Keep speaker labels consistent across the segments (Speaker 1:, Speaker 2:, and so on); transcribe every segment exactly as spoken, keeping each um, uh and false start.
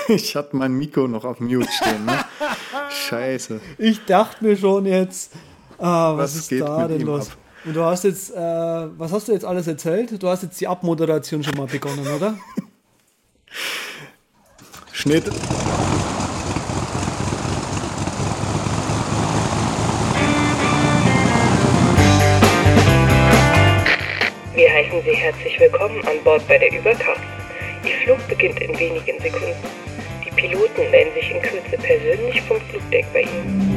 Speaker 1: Ich hatte mein Mikro noch auf Mute stehen, ne? Scheiße.
Speaker 2: Ich dachte mir schon jetzt, ah, was,
Speaker 1: Was
Speaker 2: ist
Speaker 1: geht
Speaker 2: da
Speaker 1: mit
Speaker 2: denn
Speaker 1: ihm
Speaker 2: los?
Speaker 1: ab?
Speaker 2: Und du hast jetzt, äh, was hast du jetzt alles erzählt? Du hast jetzt die Abmoderation schon mal begonnen, oder?
Speaker 1: Schnitt.
Speaker 3: Wir heißen Sie herzlich willkommen an Bord bei der Übercast. Ihr Flug beginnt in wenigen Sekunden. Die Piloten melden sich in Kürze persönlich vom Flugdeck bei Ihnen.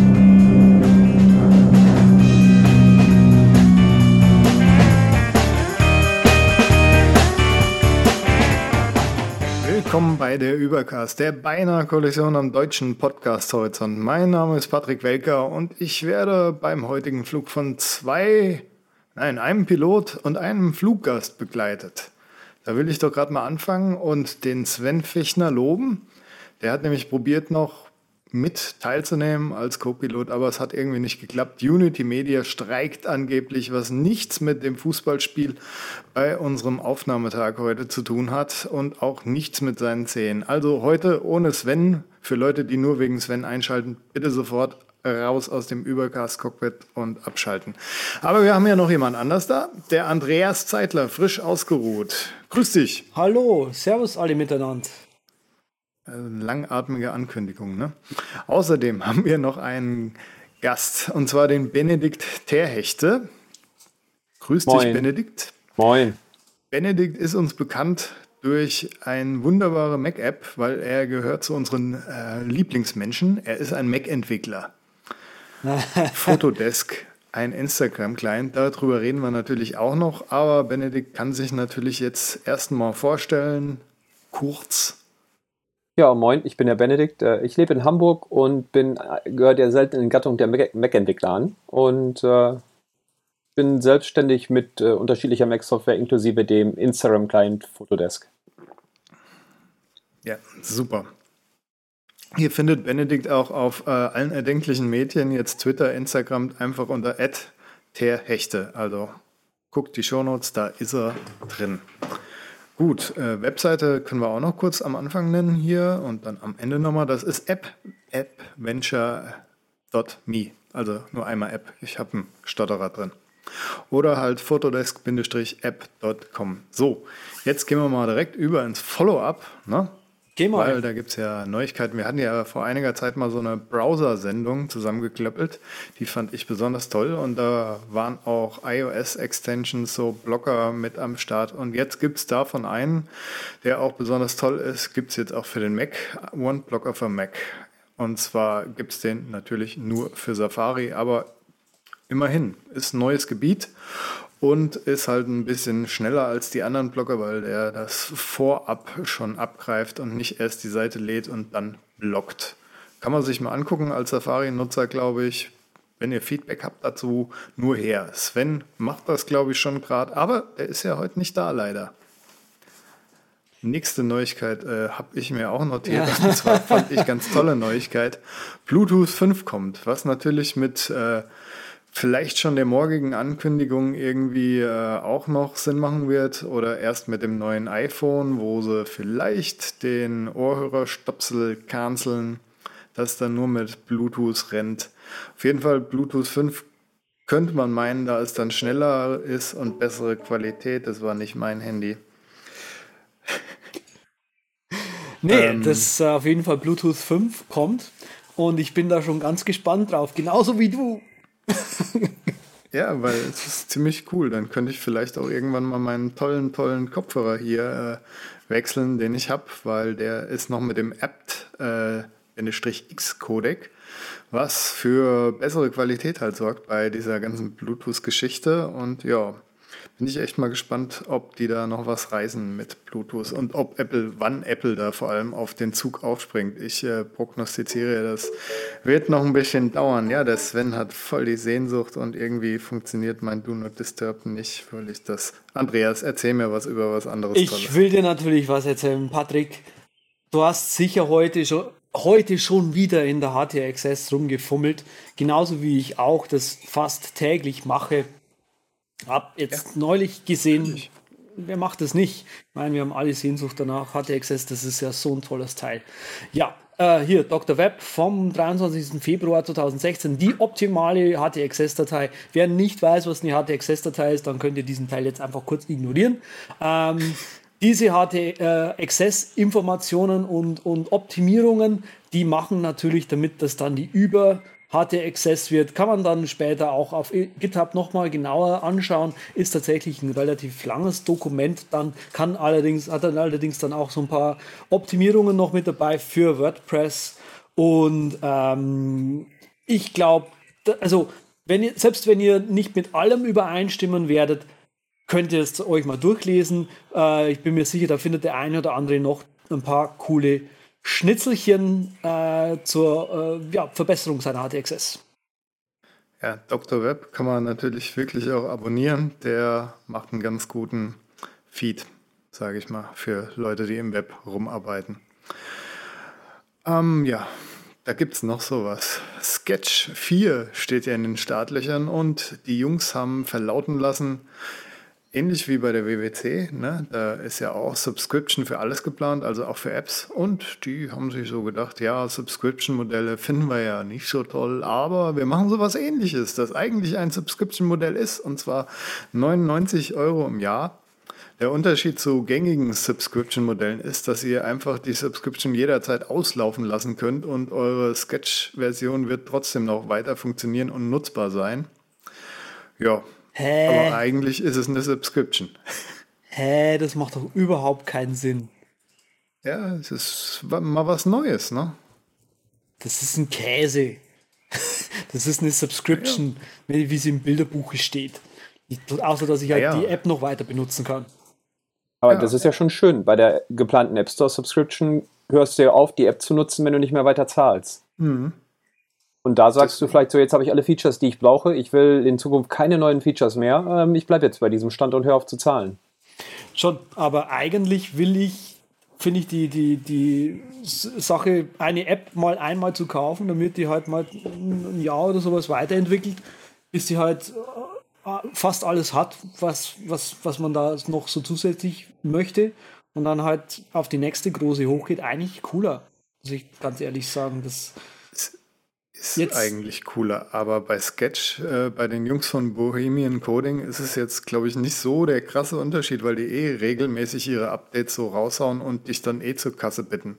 Speaker 1: Willkommen bei der Übercast, der beinahe Kollision am deutschen Podcast-Horizont. Mein Name ist Patrick Welker und ich werde beim heutigen Flug von zwei, nein, einem Pilot und einem Fluggast begleitet. Da will ich doch gerade mal anfangen und den Sven Fichtner loben. Der hat nämlich probiert noch mit teilzunehmen als Co-Pilot, aber es hat irgendwie nicht geklappt. Unity Media streikt angeblich, was nichts mit dem Fußballspiel bei unserem Aufnahmetag heute zu tun hat und auch nichts mit seinen Zähnen. Also heute ohne Sven, für Leute, die nur wegen Sven einschalten, bitte sofort raus aus dem Übercast-Cockpit und abschalten. Aber wir haben ja noch jemand anders da, der Andreas Zeitler, frisch ausgeruht. Grüß dich.
Speaker 2: Hallo, servus alle miteinander.
Speaker 1: Langatmige Ankündigung, ne? Außerdem haben wir noch einen Gast, und zwar den Benedikt Terhechte. Grüß
Speaker 4: Moin.
Speaker 1: dich, Benedikt.
Speaker 4: Moin.
Speaker 1: Benedikt ist uns bekannt durch eine wunderbare Mac-App, weil er gehört zu unseren äh, Lieblingsmenschen. Er ist ein Mac-Entwickler. Fotodesk, ein Instagram-Client, darüber reden wir natürlich auch noch, aber Benedikt kann sich natürlich jetzt erst mal vorstellen, kurz.
Speaker 4: Ja, moin, ich bin der Benedikt. Äh, Ich lebe in Hamburg und bin gehört der seltenen Gattung der Mac- Mac-Entwickler an und äh, bin selbstständig mit äh, unterschiedlicher Mac-Software inklusive dem Instagram-Client Fotodesk.
Speaker 1: Ja, super. Hier findet Benedikt auch auf äh, allen erdenklichen Medien, jetzt Twitter, Instagram, einfach unter at terhechte. Also guckt die Shownotes, da ist er drin. Gut, äh, Webseite können wir auch noch kurz am Anfang nennen hier und dann am Ende nochmal. Das ist app, appventure Punkt me. Also nur einmal App. Ich habe einen Stotterer drin. Oder halt fotodesk-app Punkt com. So, jetzt gehen wir mal direkt über ins Follow-up, ne?
Speaker 2: Geh mal.
Speaker 1: Weil da gibt es ja Neuigkeiten. Wir hatten ja vor einiger Zeit mal so eine Browser-Sendung zusammengeklöppelt. Die fand ich besonders toll und da waren auch iOS-Extensions, so Blocker mit am Start. Und jetzt gibt es davon einen, der auch besonders toll ist, gibt es jetzt auch für den Mac, OneBlocker für Mac. Und zwar gibt es den natürlich nur für Safari, aber immerhin, ist ein neues Gebiet. Und ist halt ein bisschen schneller als die anderen Blocker, weil der das vorab schon abgreift und nicht erst die Seite lädt und dann blockt. Kann man sich mal angucken als Safari-Nutzer, glaube ich. Wenn ihr Feedback habt dazu, nur her. Sven macht das, glaube ich, schon gerade, aber er ist ja heute nicht da, leider. Nächste Neuigkeit äh, habe ich mir auch notiert. Ja. Und zwar fand ich ganz tolle Neuigkeit. Bluetooth fünf kommt, was natürlich mit äh, vielleicht schon der morgigen Ankündigung irgendwie äh, auch noch Sinn machen wird oder erst mit dem neuen iPhone, wo sie vielleicht den Ohrhörerstöpsel canceln, das dann nur mit Bluetooth rennt. Auf jeden Fall Bluetooth fünf könnte man meinen, da es dann schneller ist und bessere Qualität. Das war nicht mein Handy.
Speaker 2: Nee,
Speaker 1: Ähm.
Speaker 2: das äh, auf jeden Fall Bluetooth fünf kommt und ich bin da schon ganz gespannt drauf, genauso wie du.
Speaker 1: Ja, weil es ist ziemlich cool. Dann könnte ich vielleicht auch irgendwann mal meinen tollen, tollen Kopfhörer hier äh, wechseln, den ich habe, weil der ist noch mit dem Apt-X-Codec, was für bessere Qualität halt sorgt bei dieser ganzen Bluetooth-Geschichte. Und ja, bin ich echt mal gespannt, ob die da noch was reißen mit Bluetooth und ob Apple, wann Apple da vor allem auf den Zug aufspringt. Ich äh, prognostiziere, das wird noch ein bisschen dauern. Ja, der Sven hat voll die Sehnsucht und irgendwie funktioniert mein Do Not Disturb nicht völlig das. Andreas, erzähl mir was über was anderes
Speaker 2: Ich
Speaker 1: Tolles.
Speaker 2: will dir natürlich was erzählen, Patrick. Du hast sicher heute schon, heute schon wieder in der H T X S rumgefummelt, genauso wie ich auch das fast täglich mache. Hab jetzt ja. neulich gesehen, wer macht das nicht? Ich meine, wir haben alle Sehnsucht danach. H T X S, das ist ja so ein tolles Teil. Ja, äh, hier, Doktor Web vom dreiundzwanzigsten Februar zweitausendsechzehn, die optimale H T X S-Datei. Wer nicht weiß, was eine H T X S-Datei ist, dann könnt ihr diesen Teil jetzt einfach kurz ignorieren. Ähm, diese H T X S-Informationen und, und Optimierungen, die machen natürlich, damit das dann die über H T X S wird, kann man dann später auch auf GitHub nochmal genauer anschauen. Ist tatsächlich ein relativ langes Dokument, dann kann allerdings, hat dann allerdings dann auch so ein paar Optimierungen noch mit dabei für WordPress. Und ähm, ich glaube, also wenn ihr, selbst wenn ihr nicht mit allem übereinstimmen werdet, könnt ihr es euch mal durchlesen. Äh, ich bin mir sicher, da findet der eine oder andere noch ein paar coole Schnitzelchen äh, zur äh, ja, Verbesserung seiner H T X S.
Speaker 1: Ja, Doktor Web kann man natürlich wirklich auch abonnieren. Der macht einen ganz guten Feed, sage ich mal, für Leute, die im Web rumarbeiten. Ähm, ja, da gibt es noch sowas. Sketch vier steht ja in den Startlöchern und die Jungs haben verlauten lassen, ähnlich wie bei der W W C, ne? Da ist ja auch Subscription für alles geplant, also auch für Apps. Und die haben sich so gedacht, ja, Subscription-Modelle finden wir ja nicht so toll, aber wir machen sowas Ähnliches, das eigentlich ein Subscription-Modell ist, und zwar neunundneunzig Euro im Jahr. Der Unterschied zu gängigen Subscription-Modellen ist, dass ihr einfach die Subscription jederzeit auslaufen lassen könnt und eure Sketch-Version wird trotzdem noch weiter funktionieren und nutzbar sein. Ja.
Speaker 2: Hä?
Speaker 1: Aber eigentlich ist es eine Subscription.
Speaker 2: Hä, das macht doch überhaupt keinen Sinn.
Speaker 1: Ja, es ist mal was Neues, ne?
Speaker 2: Das ist ein Käse. Das ist eine Subscription, ja, wie sie im Bilderbuch steht. Außer, dass ich halt
Speaker 1: ja, ja.
Speaker 2: die App noch weiter benutzen kann.
Speaker 4: Aber
Speaker 1: Ja.
Speaker 4: das ist ja schon schön. Bei der geplanten App Store Subscription hörst du ja auf, die App zu nutzen, wenn du nicht mehr weiter zahlst.
Speaker 1: Mhm.
Speaker 4: Und da sagst
Speaker 1: Das-
Speaker 4: du vielleicht so, jetzt habe ich alle Features, die ich brauche. Ich will in Zukunft keine neuen Features mehr. Ähm, ich bleibe jetzt bei diesem Stand und höre auf zu zahlen.
Speaker 2: Schon, aber eigentlich will ich, finde ich, die, die, die S- Sache, eine App mal einmal zu kaufen, damit die halt mal ein Jahr oder sowas weiterentwickelt, bis sie halt äh, fast alles hat, was, was, was man da noch so zusätzlich möchte und dann halt auf die nächste große hochgeht, eigentlich cooler, muss ich ganz ehrlich sagen. Das
Speaker 1: Ist
Speaker 2: Jetzt-
Speaker 1: eigentlich cooler, aber bei Sketch, äh, bei den Jungs von Bohemian Coding ist es jetzt, glaube ich, nicht so der krasse Unterschied, weil die eh regelmäßig ihre Updates so raushauen und dich dann eh zur Kasse bitten.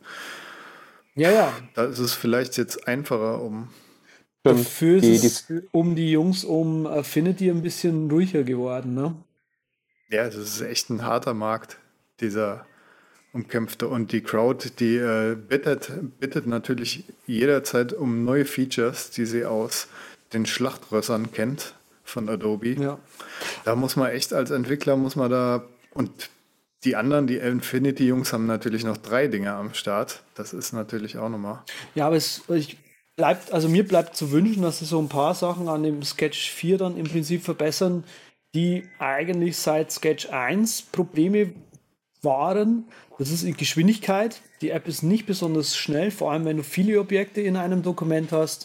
Speaker 2: ja, ja,
Speaker 1: Da ist es vielleicht jetzt einfacher, um...
Speaker 4: Stimmt.
Speaker 2: dafür
Speaker 4: Die-
Speaker 2: ist es um die Jungs um Affinity ein bisschen ruhiger geworden, ne?
Speaker 1: Ja, es ist echt ein harter Markt, dieser umkämpfte. Und die Crowd, die äh, bittet, bittet natürlich jederzeit um neue Features, die sie aus den Schlachtrössern kennt von Adobe.
Speaker 2: Ja.
Speaker 1: Da muss man echt als Entwickler, muss man da, und die anderen, die Infinity-Jungs haben natürlich noch drei Dinge am Start. Das ist natürlich auch nochmal.
Speaker 2: Ja, aber es ich bleibt, also mir bleibt zu wünschen, dass sie so ein paar Sachen an dem Sketch vier dann im Prinzip verbessern, die eigentlich seit Sketch eins Probleme waren. Das ist die Geschwindigkeit. Die App ist nicht besonders schnell, vor allem wenn du viele Objekte in einem Dokument hast.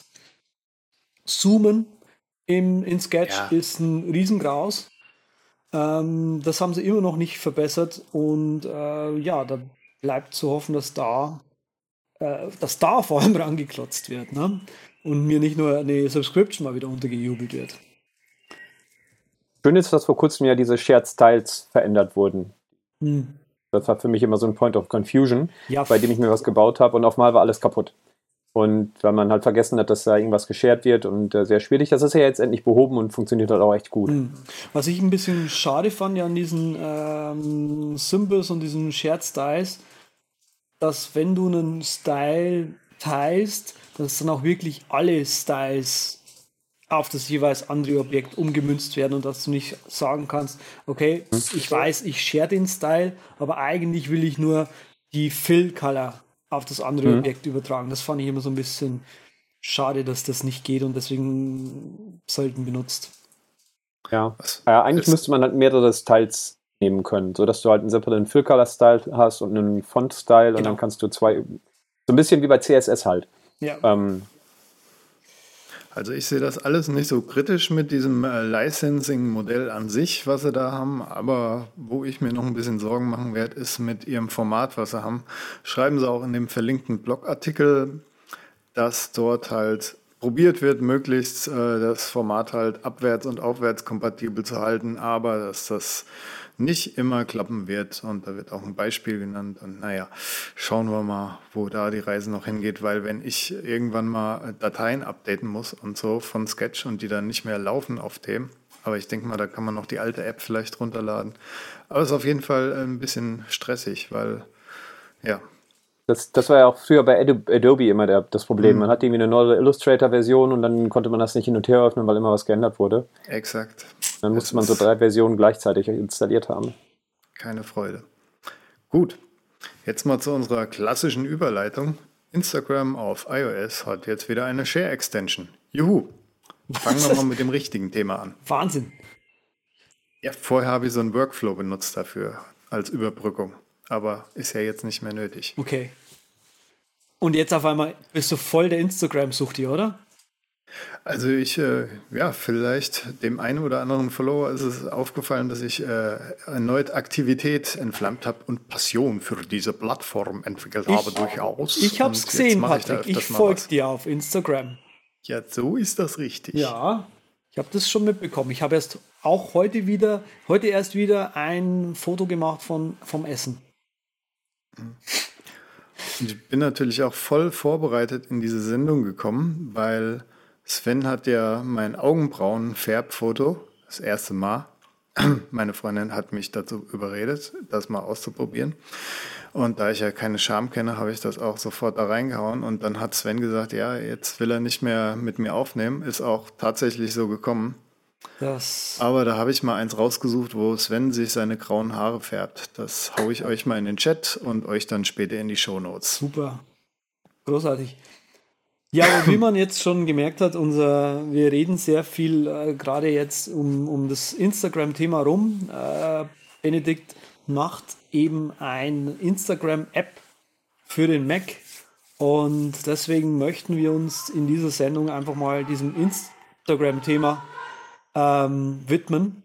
Speaker 2: Zoomen im, in Sketch
Speaker 1: Ja.
Speaker 2: ist ein Riesengraus. Ähm, das haben sie immer noch nicht verbessert und äh, ja, da bleibt zu hoffen, dass da äh, dass da vor allem rangeklotzt wird, ne? Und mir nicht nur eine Subscription mal wieder untergejubelt wird.
Speaker 4: Schön ist, dass vor kurzem ja diese Shared Styles verändert wurden.
Speaker 2: Hm.
Speaker 4: Das war für mich immer so ein Point of Confusion,
Speaker 2: Ja,
Speaker 4: bei dem ich mir was gebaut habe und auf einmal war alles kaputt. Und weil man halt vergessen hat, dass da irgendwas geshared wird und äh, sehr schwierig. Das ist ja jetzt endlich behoben und funktioniert halt auch echt gut.
Speaker 2: Hm. Was ich ein bisschen schade fand ja an diesen ähm, Symbols und diesen Shared Styles, dass wenn du einen Style teilst, dass dann auch wirklich alle Styles auf das jeweils andere Objekt umgemünzt werden und dass du nicht sagen kannst, okay, ich weiß, ich share den Style, aber eigentlich will ich nur die Fill-Color auf das andere
Speaker 4: Mhm.
Speaker 2: Objekt übertragen. Das fand ich immer so ein bisschen schade, dass das nicht geht und deswegen selten benutzt.
Speaker 4: Ja.
Speaker 1: Was-
Speaker 4: Ja, eigentlich
Speaker 1: es-
Speaker 4: müsste man halt mehrere Styles nehmen können, sodass du halt einen separaten Fill-Color-Style hast und einen Font-Style und
Speaker 2: Genau.
Speaker 4: dann kannst du zwei, so ein bisschen wie bei C S S halt.
Speaker 2: Ja,
Speaker 4: Ähm,
Speaker 1: Also ich sehe das alles nicht so kritisch mit diesem äh, Licensing-Modell an sich, was sie da haben, aber wo ich mir noch ein bisschen Sorgen machen werde, ist mit ihrem Format, was sie haben. Schreiben sie auch in dem verlinkten Blogartikel, dass dort halt probiert wird, möglichst äh, das Format halt abwärts- und aufwärts kompatibel zu halten, aber dass das nicht immer klappen wird. Und da wird auch ein Beispiel genannt. Und naja, schauen wir mal, wo da die Reise noch hingeht, weil wenn ich irgendwann mal Dateien updaten muss und so von Sketch und die dann nicht mehr laufen auf dem, aber ich denke mal, da kann man noch die alte App vielleicht runterladen. Aber es ist auf jeden Fall ein bisschen stressig, weil ja.
Speaker 4: Das, das war ja auch früher bei Adobe immer der, das Problem. Mhm. Man hatte irgendwie eine neue Illustrator-Version und dann konnte man das nicht hin und her öffnen, weil immer was geändert wurde.
Speaker 1: Exakt.
Speaker 4: Dann musste man so drei Versionen gleichzeitig installiert haben.
Speaker 1: Keine Freude. Gut, jetzt mal zu unserer klassischen Überleitung. Instagram auf iOS hat jetzt wieder eine Share-Extension. Juhu! Fangen wir mal mit dem richtigen Thema an.
Speaker 2: Wahnsinn!
Speaker 1: Ja, vorher habe ich so einen Workflow benutzt dafür, als Überbrückung. Aber ist ja jetzt nicht mehr nötig.
Speaker 2: Okay. Und jetzt auf einmal bist du voll der Instagram-Suchti, oder?
Speaker 1: Also ich, äh, ja, vielleicht dem einen oder anderen Follower ist es aufgefallen, dass ich äh, erneut Aktivität entflammt habe und Passion für diese Plattform entwickelt
Speaker 2: ich,
Speaker 1: habe durchaus.
Speaker 2: Ich habe es gesehen, Patrick. Ich, ich folge dir auf Instagram.
Speaker 1: Ja, so ist das richtig.
Speaker 2: Ja, ich habe das schon mitbekommen. Ich habe erst auch heute wieder, heute erst wieder ein Foto gemacht von, vom Essen.
Speaker 1: Und ich bin natürlich auch voll vorbereitet in diese Sendung gekommen, weil Sven hat ja mein Augenbrauen-Färbfoto, das erste Mal. Meine Freundin hat mich dazu überredet, das mal auszuprobieren. Und da ich ja keine Scham kenne, habe ich das auch sofort da reingehauen. Und dann hat Sven gesagt, ja, jetzt will er nicht mehr mit mir aufnehmen. Ist auch tatsächlich so gekommen.
Speaker 2: Das
Speaker 1: Aber da habe ich mal eins rausgesucht, wo Sven sich seine grauen Haare färbt. Das haue ich euch mal in den Chat und euch dann später in die Shownotes.
Speaker 2: Super. Großartig. Ja, aber wie man jetzt schon gemerkt hat, unser, wir reden sehr viel äh, gerade jetzt um, um das Instagram-Thema rum. Äh, Benedikt macht eben ein Instagram-App für den Mac und deswegen möchten wir uns in dieser Sendung einfach mal diesem Instagram-Thema ähm, widmen.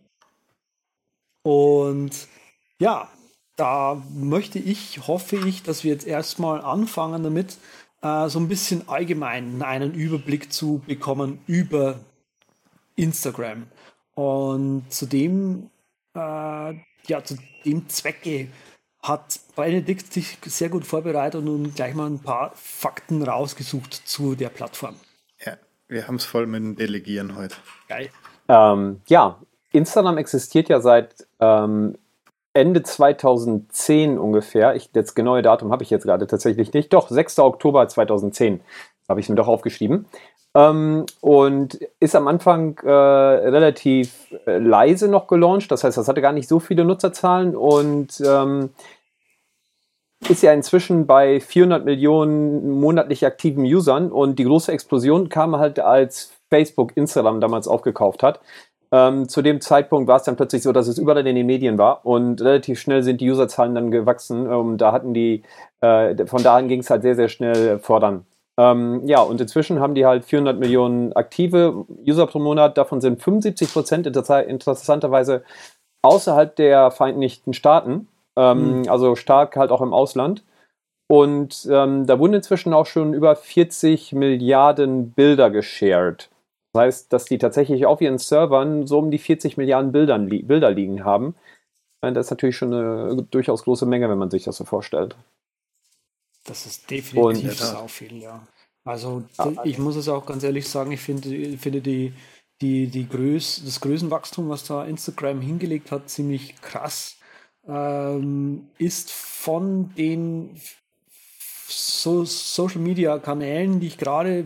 Speaker 2: Und ja, da möchte ich, hoffe ich, dass wir jetzt erstmal anfangen damit, so ein bisschen allgemein einen Überblick zu bekommen über Instagram. Und zu dem, äh, ja, zu dem Zwecke hat Benedikt sich sehr gut vorbereitet und gleich mal ein paar Fakten rausgesucht zu der Plattform.
Speaker 1: Ja, wir haben es voll mit dem Delegieren heute.
Speaker 2: Geil.
Speaker 4: Ähm, ja, Instagram existiert ja seit ähm, Ende zweitausendzehn ungefähr. Ich, das genaue Datum habe ich jetzt gerade tatsächlich nicht. Doch, sechster Oktober zweitausendzehn habe ich mir doch aufgeschrieben. Ähm, und ist am Anfang äh, relativ äh, leise noch gelauncht. Das heißt, das hatte gar nicht so viele Nutzerzahlen und ähm, ist ja inzwischen bei vierhundert Millionen monatlich aktiven Usern. Und die große Explosion kam halt, als Facebook Instagram damals aufgekauft hat. Ähm, zu dem Zeitpunkt war es dann plötzlich so, dass es überall in den Medien war und relativ schnell sind die Userzahlen dann gewachsen. Ähm, da hatten die, äh, von da an ging es halt sehr, sehr schnell voran. Ähm, ja, und inzwischen haben die halt vierhundert Millionen aktive User pro Monat. Davon sind fünfundsiebzig Prozent inter- interessanterweise außerhalb der Vereinigten Staaten, ähm, mhm. also stark halt auch im Ausland. Und ähm, da wurden inzwischen auch schon über vierzig Milliarden Bilder geshared. Das heißt, dass die tatsächlich auf ihren Servern so um die vierzig Milliarden Bildern, li- Bilder liegen haben. Das ist natürlich schon eine durchaus große Menge, wenn man sich das so vorstellt.
Speaker 2: Das ist definitiv sau viel, ja. Also ja, ich muss es auch ganz ehrlich sagen, ich finde, finde die, die, die Größ, das Größenwachstum, was da Instagram hingelegt hat, ziemlich krass. Ähm, ist von den so Social-Media-Kanälen, die ich gerade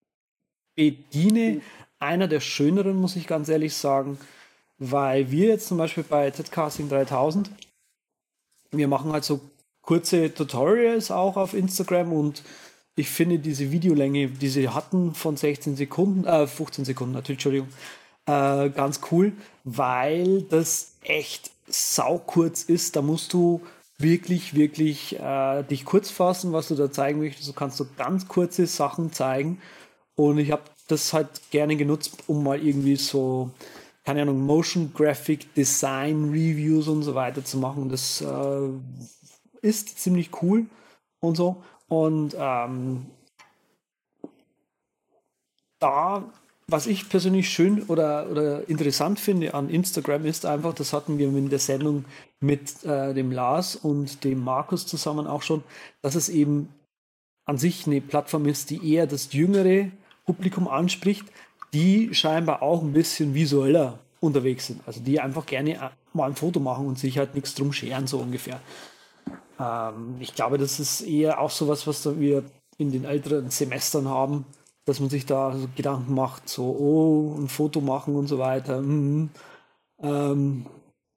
Speaker 2: bediene, einer der schöneren, muss ich ganz ehrlich sagen, weil wir jetzt zum Beispiel bei Zcasting dreitausend, wir machen halt so kurze Tutorials auch auf Instagram und ich finde diese Videolänge, die sie hatten von sechzehn Sekunden, äh fünfzehn Sekunden natürlich, Entschuldigung, äh, ganz cool, weil das echt saukurz ist. Da musst du wirklich, wirklich äh, dich kurz fassen, was du da zeigen möchtest. Du kannst so ganz kurze Sachen zeigen. Und ich habe das halt gerne genutzt, um mal irgendwie so, keine Ahnung, Motion Graphic Design Reviews und so weiter zu machen. Das äh, ist ziemlich cool und so. Und ähm, da, was ich persönlich schön oder, oder interessant finde an Instagram ist einfach, das hatten wir in der Sendung mit äh, dem Lars und dem Markus zusammen auch schon, dass es eben an sich eine Plattform ist, die eher das jüngere Publikum anspricht, die scheinbar auch ein bisschen visueller unterwegs sind. Also die einfach gerne mal ein Foto machen und sich halt nichts drum scheren, so ungefähr. Ähm, ich glaube, das ist eher auch sowas, was wir in den älteren Semestern haben, dass man sich da so Gedanken macht, so, oh, ein Foto machen und so weiter. Mhm. Ähm,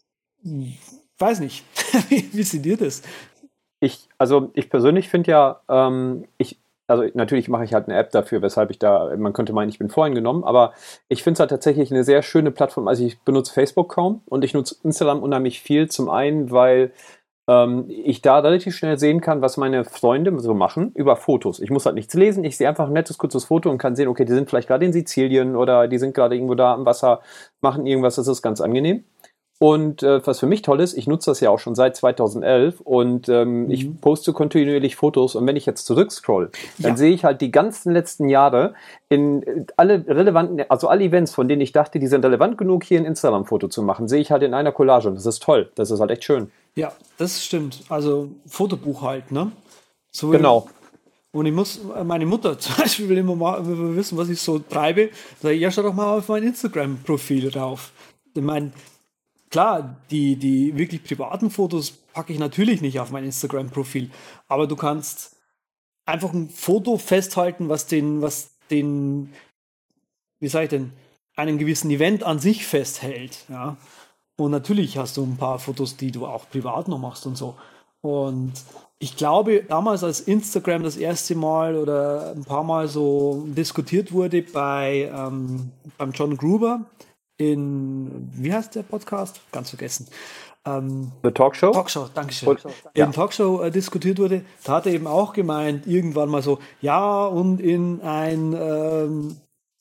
Speaker 2: weiß nicht. wie, wie seht ihr das?
Speaker 4: Ich, also ich persönlich finde ja, ähm, ich, also natürlich mache ich halt eine App dafür, weshalb ich da, man könnte meinen, ich bin voreingenommen, aber ich finde es halt tatsächlich eine sehr schöne Plattform. Also ich benutze Facebook kaum und ich nutze Instagram unheimlich viel. Zum einen, weil ähm, ich da relativ schnell sehen kann, was meine Freunde so machen über Fotos. Ich muss halt nichts lesen, ich sehe einfach ein nettes, kurzes Foto und kann sehen, okay, die sind vielleicht gerade in Sizilien oder die sind gerade irgendwo da am Wasser, machen irgendwas, das ist ganz angenehm. Und äh, was für mich toll ist, ich nutze das ja auch schon seit zweitausendelf und ähm, mhm. ich poste kontinuierlich Fotos und wenn ich jetzt zurückscroll, dann ja. sehe ich halt die ganzen letzten Jahre in alle relevanten, also alle Events, von denen ich dachte, die sind relevant genug, hier ein Instagram-Foto zu machen, sehe ich halt in einer Collage und das ist toll, das ist halt echt schön.
Speaker 2: Ja, das stimmt, also Fotobuch halt, ne? So
Speaker 4: genau.
Speaker 2: Und ich muss, meine Mutter zum Beispiel will immer mal will wissen, was ich so treibe, sage ich, ja, schau doch mal auf mein Instagram-Profil drauf. Ich meine, klar, die, die wirklich privaten Fotos packe ich natürlich nicht auf mein Instagram-Profil, aber du kannst einfach ein Foto festhalten, was den, was den, wie sag ich denn, einen gewissen Event an sich festhält, ja. Und natürlich hast du ein paar Fotos, die du auch privat noch machst und so. Und ich glaube, damals, als Instagram das erste Mal oder ein paar Mal so diskutiert wurde bei ähm, beim John Gruber, in, wie heißt der Podcast? Ganz vergessen. Ähm,
Speaker 4: The Talkshow?
Speaker 2: Talkshow, Dankeschön.
Speaker 4: Und, ja.
Speaker 2: In Talkshow äh, diskutiert wurde, da hat er eben auch gemeint, irgendwann mal so, ja, und in ein, ähm,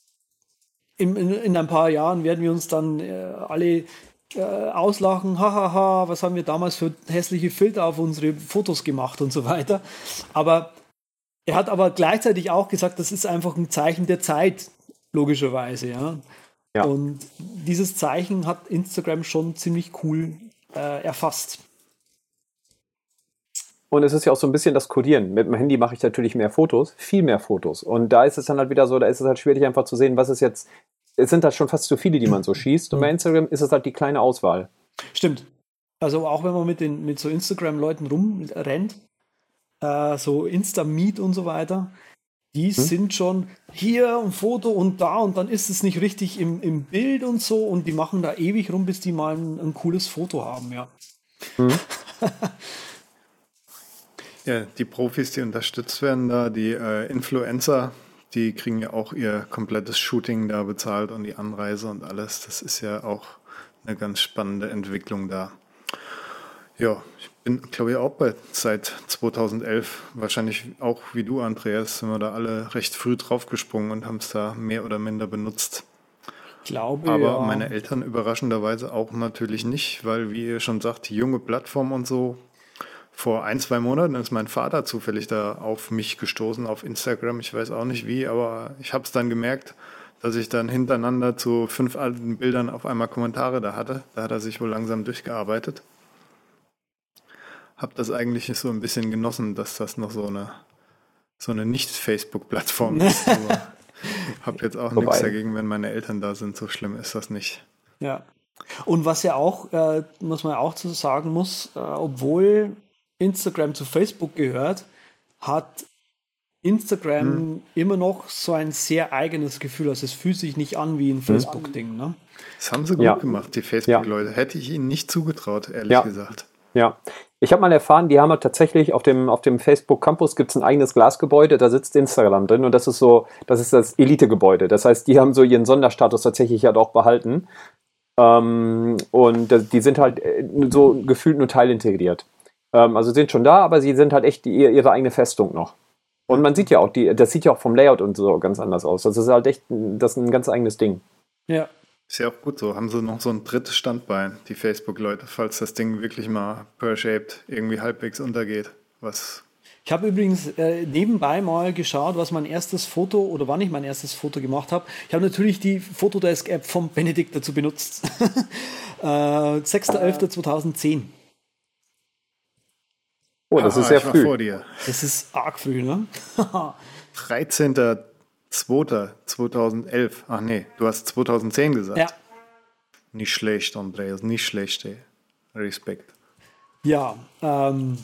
Speaker 2: in, in, in ein paar Jahren werden wir uns dann äh, alle äh, auslachen, hahaha, was haben wir damals für hässliche Filter auf unsere Fotos gemacht und so weiter. Aber er hat aber gleichzeitig auch gesagt, das ist einfach ein Zeichen der Zeit, logischerweise, ja. Ja. Und dieses Zeichen hat Instagram schon ziemlich cool äh, erfasst.
Speaker 4: Und es ist ja auch so ein bisschen das Codieren. Mit dem Handy mache ich natürlich mehr Fotos, viel mehr Fotos. Und da ist es dann halt wieder so, da ist es halt schwierig einfach zu sehen, was ist jetzt, es sind halt schon fast zu viele, die man so schießt. Und bei Instagram ist es halt die kleine Auswahl.
Speaker 2: Stimmt. Also auch wenn man mit, den, mit so Instagram-Leuten rumrennt, äh, so Insta-Meet und so weiter, die hm? sind schon hier ein Foto und da und dann ist es nicht richtig im, im Bild und so und die machen da ewig rum, bis die mal ein, ein cooles Foto haben, ja. Hm?
Speaker 1: Ja, die Profis, die unterstützt werden da, die äh, Influencer, die kriegen ja auch ihr komplettes Shooting da bezahlt und die Anreise und alles. Das ist ja auch eine ganz spannende Entwicklung da. Ja, ich bin, glaube ich, auch bei seit zweitausendelf, wahrscheinlich auch wie du, Andreas, sind wir da alle recht früh draufgesprungen und haben es da mehr oder minder benutzt.
Speaker 2: Ich glaube,
Speaker 1: Aber
Speaker 2: ja.
Speaker 1: meine Eltern überraschenderweise auch natürlich nicht, weil, wie ihr schon sagt, die junge Plattform und so. Vor ein, zwei Monaten ist mein Vater zufällig da auf mich gestoßen, auf Instagram. Ich weiß auch nicht wie, aber ich habe es dann gemerkt, dass ich dann hintereinander zu fünf alten Bildern auf einmal Kommentare da hatte. Da hat er sich wohl langsam durchgearbeitet. Habe das eigentlich so ein bisschen genossen, dass das noch so eine, so eine Nicht-Facebook-Plattform ist. Aber habe jetzt auch nichts dagegen, wenn meine Eltern da sind. So schlimm ist das nicht.
Speaker 2: Ja. Und was ja auch, äh, was man auch zu sagen muss, äh, obwohl Instagram zu Facebook gehört, hat Instagram hm. immer noch so ein sehr eigenes Gefühl. Also es fühlt sich nicht an wie ein Facebook-Ding. Ne?
Speaker 1: Das haben sie gut ja. gemacht, die Facebook-Leute. Ja. Hätte ich ihnen nicht zugetraut, ehrlich
Speaker 4: ja.
Speaker 1: gesagt.
Speaker 4: Ja, ich habe mal erfahren, die haben halt tatsächlich auf dem, auf dem Facebook Campus gibt es ein eigenes Glasgebäude, da sitzt Instagram drin und das ist so, das ist das Elite-Gebäude. Das heißt, die haben so ihren Sonderstatus tatsächlich halt auch behalten. Ähm, und die sind halt so gefühlt nur teilintegriert. Ähm, also sind schon da, aber sie sind halt echt die, ihre eigene Festung noch. Und man sieht ja auch, die, das sieht ja auch vom Layout und so ganz anders aus. Das ist halt echt das ist ein ganz eigenes Ding.
Speaker 2: Ja.
Speaker 1: Ist ja auch gut so. Haben sie noch so ein drittes Standbein, die Facebook-Leute, falls das Ding wirklich mal per-shaped irgendwie halbwegs untergeht. Was
Speaker 2: Ich habe übrigens äh, nebenbei mal geschaut, was mein erstes Foto oder wann ich mein erstes Foto gemacht habe. Ich habe natürlich die Fotodesk-App vom Benedikt dazu benutzt. äh, sechster elfter zweitausendzehn.
Speaker 4: Oh, das
Speaker 1: ah,
Speaker 4: ist sehr
Speaker 1: ich war
Speaker 4: früh.
Speaker 1: vor dir.
Speaker 2: Das ist arg früh, ne?
Speaker 1: dreizehnter zweiter zweitausendelf. Ach nee, du hast zweitausendzehn gesagt.
Speaker 2: Ja.
Speaker 1: Nicht schlecht, Andreas, nicht schlecht, ey. Respekt.
Speaker 2: Ja, ähm,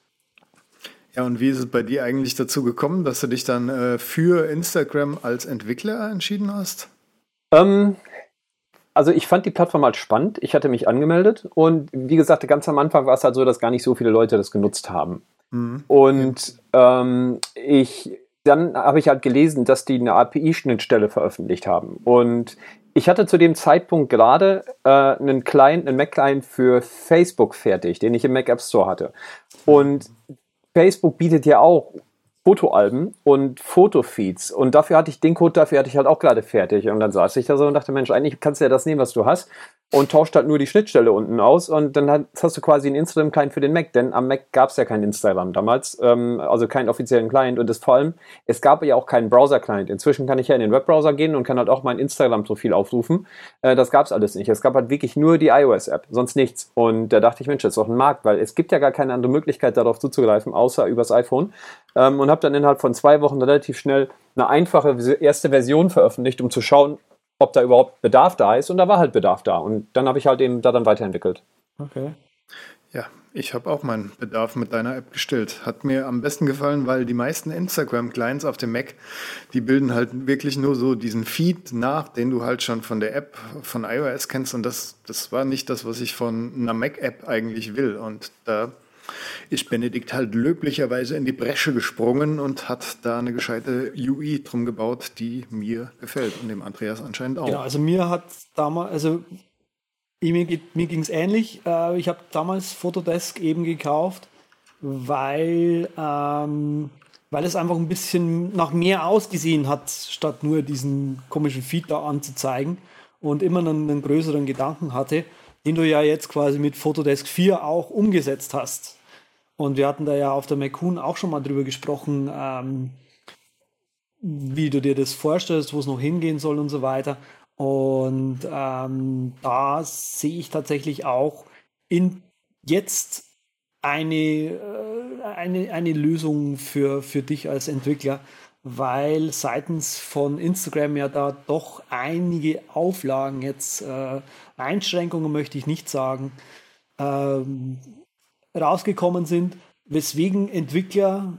Speaker 1: Ja, und wie ist es bei dir eigentlich dazu gekommen, dass du dich dann äh, für Instagram als Entwickler entschieden hast?
Speaker 4: Ähm, also ich fand die Plattform halt spannend. Ich hatte mich angemeldet und wie gesagt, ganz am Anfang war es halt so, dass gar nicht so viele Leute das genutzt haben.
Speaker 1: Mhm.
Speaker 4: Und ähm, ich, dann habe ich halt gelesen, dass die eine A P I-Schnittstelle veröffentlicht haben. Und ich hatte zu dem Zeitpunkt gerade äh, einen Client, einen Mac-Client für Facebook fertig, den ich im Mac App Store hatte. Und Facebook bietet ja auch Fotoalben und Fotofeeds und dafür hatte ich den Code, dafür hatte ich halt auch gerade fertig und dann saß ich da so und dachte, Mensch, eigentlich kannst du ja das nehmen, was du hast und tauscht halt nur die Schnittstelle unten aus und dann hast du quasi einen Instagram-Client für den Mac, denn am Mac gab es ja keinen Instagram damals, ähm, also keinen offiziellen Client und das vor allem, es gab ja auch keinen Browser-Client. Inzwischen kann ich ja in den Webbrowser gehen und kann halt auch mein Instagram-Profil aufrufen. Äh, das gab es alles nicht. Es gab halt wirklich nur die iOS-App, sonst nichts. Und da dachte ich, Mensch, das ist doch ein Markt, weil es gibt ja gar keine andere Möglichkeit, darauf zuzugreifen, außer übers iPhone. Ähm, und habe dann innerhalb von zwei Wochen relativ schnell eine einfache erste Version veröffentlicht, um zu schauen, ob da überhaupt Bedarf da ist. Und da war halt Bedarf da. Und dann habe ich halt eben da dann weiterentwickelt.
Speaker 2: okay.
Speaker 1: Ja, ich habe auch meinen Bedarf mit deiner App gestillt. Hat mir am besten gefallen, weil die meisten Instagram-Clients auf dem Mac, die bilden halt wirklich nur so diesen Feed nach, den du halt schon von der App von iOS kennst. Und das, das war nicht das, was ich von einer Mac-App eigentlich will. Und da ist Benedikt halt löblicherweise in die Bresche gesprungen und hat da eine gescheite U I drum gebaut, die mir gefällt und dem Andreas anscheinend auch.
Speaker 2: Genau, also mir hat damals, also mir, mir ging es ähnlich. Äh, ich habe damals Fotodesk eben gekauft, weil, ähm, weil es einfach ein bisschen nach mehr ausgesehen hat, statt nur diesen komischen Feed da anzuzeigen und immer einen, einen größeren Gedanken hatte, den du ja jetzt quasi mit Fotodesk vier auch umgesetzt hast. Und wir hatten da ja auf der MacCoon auch schon mal drüber gesprochen, ähm, wie du dir das vorstellst, wo es noch hingehen soll und so weiter. Und ähm, da sehe ich tatsächlich auch in jetzt eine, äh, eine, eine Lösung für, für dich als Entwickler, weil seitens von Instagram ja da doch einige Auflagen jetzt, äh, Einschränkungen möchte ich nicht sagen, ähm, rausgekommen sind, weswegen Entwickler,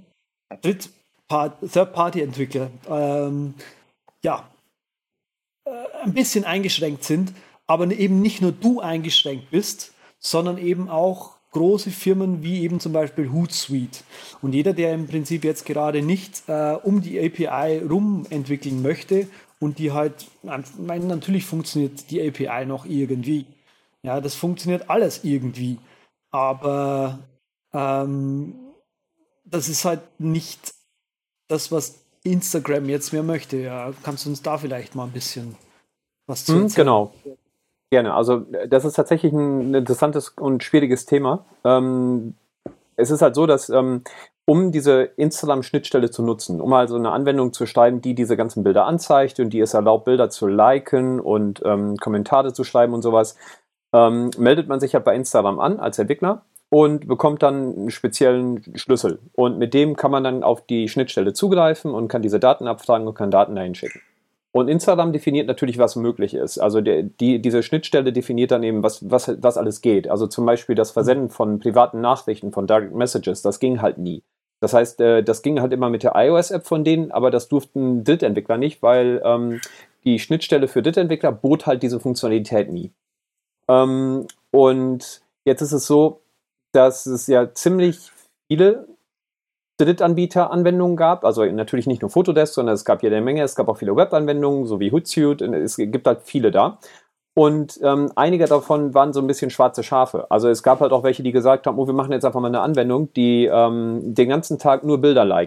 Speaker 2: Third-Party-Entwickler, ähm, ja, äh, ein bisschen eingeschränkt sind, aber eben nicht nur du eingeschränkt bist, sondern eben auch große Firmen wie eben zum Beispiel Hootsuite. Und jeder, der im Prinzip jetzt gerade nicht äh, um die A P I rum entwickeln möchte und die halt, meine, natürlich funktioniert die A P I noch irgendwie. Ja, das funktioniert alles irgendwie. Aber ähm, das ist halt nicht das, was Instagram jetzt mehr möchte. Ja, kannst du uns da vielleicht mal ein bisschen was zu erzählen?
Speaker 4: Genau. Gerne. Also das ist tatsächlich ein interessantes und schwieriges Thema. Ähm, es ist halt so, dass ähm, um diese Instagram-Schnittstelle zu nutzen, um also eine Anwendung zu schreiben, die diese ganzen Bilder anzeigt und die es erlaubt, Bilder zu liken und ähm, Kommentare zu schreiben und sowas, ähm, meldet man sich halt bei Instagram an als Entwickler und bekommt dann einen speziellen Schlüssel. Und mit dem kann man dann auf die Schnittstelle zugreifen und kann diese Daten abfragen und kann Daten dahin schicken. Und Instagram definiert natürlich, was möglich ist. Also der, die, diese Schnittstelle definiert dann eben, was, was, was alles geht. Also zum Beispiel das Versenden von privaten Nachrichten, von Direct Messages, das ging halt nie. Das heißt, äh, das ging halt immer mit der iOS-App von denen, aber das durften Drittentwickler nicht, weil ähm, die Schnittstelle für Drittentwickler bot halt diese Funktionalität nie. Ähm, und jetzt ist es so, dass es ja ziemlich viele Drittanbieter-Anwendungen gab, also natürlich nicht nur Fotodesk, sondern es gab jede Menge, es gab auch viele Web-Anwendungen, so wie Hootsuite, es gibt halt viele da. Und ähm, einige davon waren so ein bisschen schwarze Schafe. Also es gab halt auch welche, die gesagt haben, oh, wir machen jetzt einfach mal eine Anwendung, die ähm, den ganzen Tag nur Bilder liked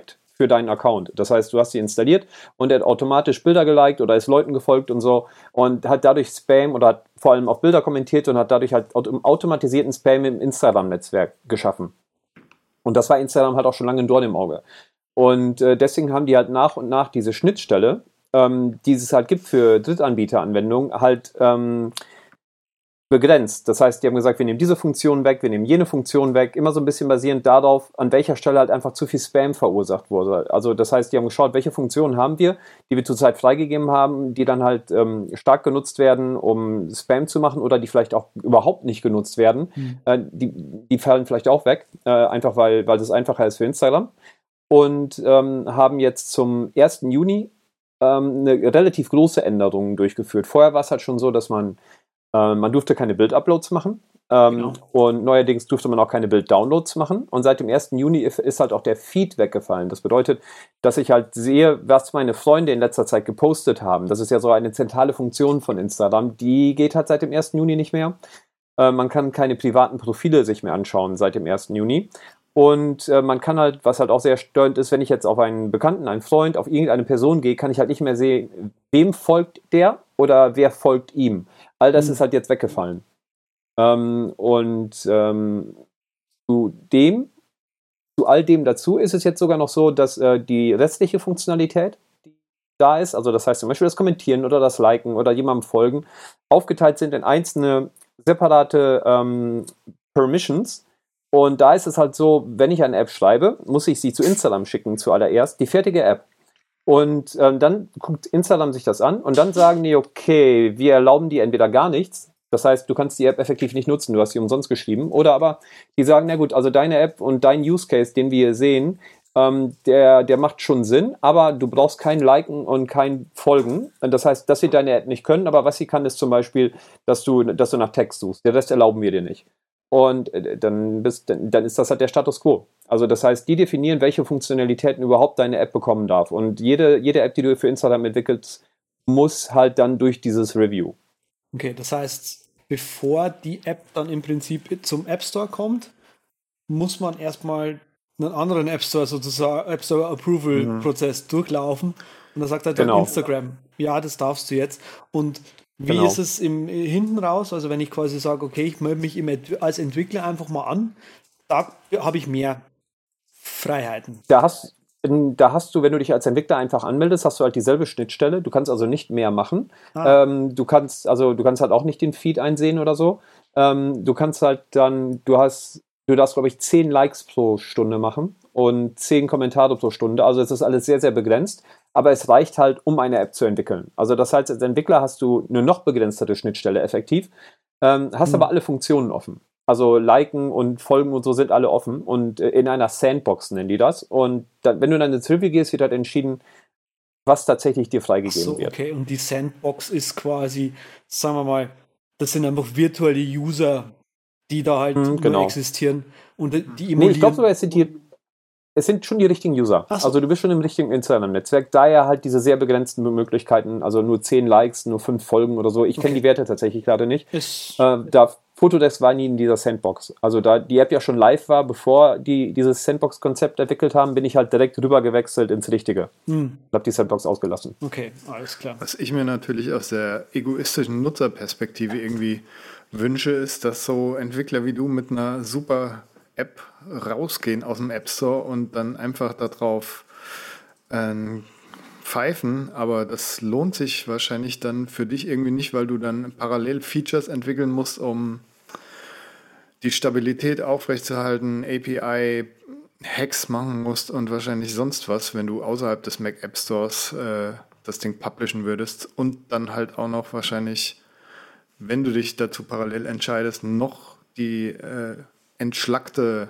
Speaker 4: für deinen Account. Das heißt, du hast sie installiert und er hat automatisch Bilder geliked oder ist Leuten gefolgt und so und hat dadurch Spam oder hat vor allem auch Bilder kommentiert und hat dadurch halt automatisierten Spam im Instagram-Netzwerk geschaffen. Und das war Instagram halt auch schon lange ein Dorn im Auge. Und äh, deswegen haben die halt nach und nach diese Schnittstelle, ähm, die es halt gibt für Drittanbieteranwendungen, halt ähm, begrenzt. Das heißt, die haben gesagt, wir nehmen diese Funktion weg, wir nehmen jene Funktion weg, immer so ein bisschen basierend darauf, an welcher Stelle halt einfach zu viel Spam verursacht wurde. Also das heißt, die haben geschaut, welche Funktionen haben wir, die wir zurzeit freigegeben haben, die dann halt ähm, stark genutzt werden, um Spam zu machen oder die vielleicht auch überhaupt nicht genutzt werden. Mhm. Äh, die, die fallen vielleicht auch weg, äh, einfach weil, weil das einfacher ist für Instagram. Und ähm, haben jetzt zum ersten Juni ähm, eine relativ große Änderung durchgeführt. Vorher war es halt schon so, dass man äh, man durfte keine Bild-Uploads machen ähm, genau. und neuerdings durfte man auch keine Bild-Downloads machen. Und seit dem ersten Juni ist halt auch der Feed weggefallen. Das bedeutet, dass ich halt sehe, was meine Freunde in letzter Zeit gepostet haben. Das ist ja so eine zentrale Funktion von Instagram. Die geht halt seit dem ersten Juni nicht mehr. Äh, man kann keine privaten Profile sich mehr anschauen seit dem ersten Juni. Und äh, man kann halt, was halt auch sehr störend ist, wenn ich jetzt auf einen Bekannten, einen Freund, auf irgendeine Person gehe, kann ich halt nicht mehr sehen, wem folgt der oder wer folgt ihm. All das mhm. ist halt jetzt weggefallen. Ähm, und ähm, zu dem, zu all dem dazu ist es jetzt sogar noch so, dass äh, die restliche Funktionalität, die da ist, also das heißt zum Beispiel das Kommentieren oder das Liken oder jemandem folgen, aufgeteilt sind in einzelne separate ähm, Permissions. Und da ist es halt so, wenn ich eine App schreibe, muss ich sie zu Instagram schicken zuallererst, die fertige App. Und ähm, dann guckt Instagram sich das an und dann sagen die, okay, wir erlauben dir entweder gar nichts, das heißt, du kannst die App effektiv nicht nutzen, du hast sie umsonst geschrieben, oder aber die sagen, na gut, also deine App und dein Use Case, den wir hier sehen, ähm, der, der macht schon Sinn, aber du brauchst kein Liken und kein Folgen. Das heißt, dass sie deine App nicht können, aber was sie kann, ist zum Beispiel, dass du, dass du nach Text suchst. Den Rest erlauben wir dir nicht. Und dann, bist, dann ist das halt der Status quo. Also das heißt, die definieren, welche Funktionalitäten überhaupt deine App bekommen darf. Und jede, jede App, die du für Instagram entwickelst, muss halt dann durch dieses Review.
Speaker 2: Okay, das heißt, bevor die App dann im Prinzip zum App Store kommt, muss man erstmal einen anderen App Store sozusagen, App Store Approval mhm. Prozess durchlaufen. Und da sagt halt genau. Instagram, ja, das darfst du jetzt. Und wie genau. ist es im, hinten raus? Also wenn ich quasi sage, okay, ich melde mich im, als Entwickler einfach mal an, da habe ich mehr Freiheiten.
Speaker 4: Da hast, da hast du, wenn du dich als Entwickler einfach anmeldest, hast du halt dieselbe Schnittstelle. Du kannst also nicht mehr machen. Ah. Ähm, du kannst also du kannst halt auch nicht den Feed einsehen oder so. Ähm, du kannst halt dann, du hast, du darfst, glaube ich, zehn Likes pro Stunde machen und zehn Kommentare pro Stunde. Also es ist alles sehr, sehr begrenzt. Aber es reicht halt, um eine App zu entwickeln. Also das heißt, als Entwickler hast du eine noch begrenztere Schnittstelle effektiv, ähm, hast mhm. aber alle Funktionen offen. Also Liken und Folgen und so sind alle offen und äh, in einer Sandbox nennen die das. Und dann, wenn du dann ins Review gehst, wird halt entschieden, was tatsächlich dir freigegeben
Speaker 2: Ach so,
Speaker 4: wird.
Speaker 2: Okay, und die Sandbox ist quasi, sagen wir mal, das sind einfach virtuelle User, die da halt mhm, genau. nur existieren und die emulieren.
Speaker 4: Nee, ich glaube sogar, es sind die Es sind schon die richtigen User. So. Also du bist schon im richtigen Instagram-Netzwerk. Daher halt diese sehr begrenzten Möglichkeiten, also nur zehn Likes, nur fünf Folgen oder so. Ich okay. kenne die Werte tatsächlich gerade nicht. Äh, da Fotodesk war nie in dieser Sandbox. Also da die App ja schon live war, bevor die dieses Sandbox-Konzept entwickelt haben, bin ich halt direkt rüber gewechselt ins Richtige. Hm. Ich habe die Sandbox ausgelassen.
Speaker 2: Okay, alles klar.
Speaker 1: Was ich mir natürlich aus der egoistischen Nutzerperspektive irgendwie wünsche, ist, dass so Entwickler wie du mit einer super App rausgehen aus dem App Store und dann einfach darauf äh, pfeifen, aber das lohnt sich wahrscheinlich dann für dich irgendwie nicht, weil du dann parallel Features entwickeln musst, um die Stabilität aufrechtzuerhalten, A P I-Hacks machen musst und wahrscheinlich sonst was, wenn du außerhalb des Mac App Stores äh, das Ding publishen würdest und dann halt auch noch wahrscheinlich, wenn du dich dazu parallel entscheidest, noch die äh, entschlackte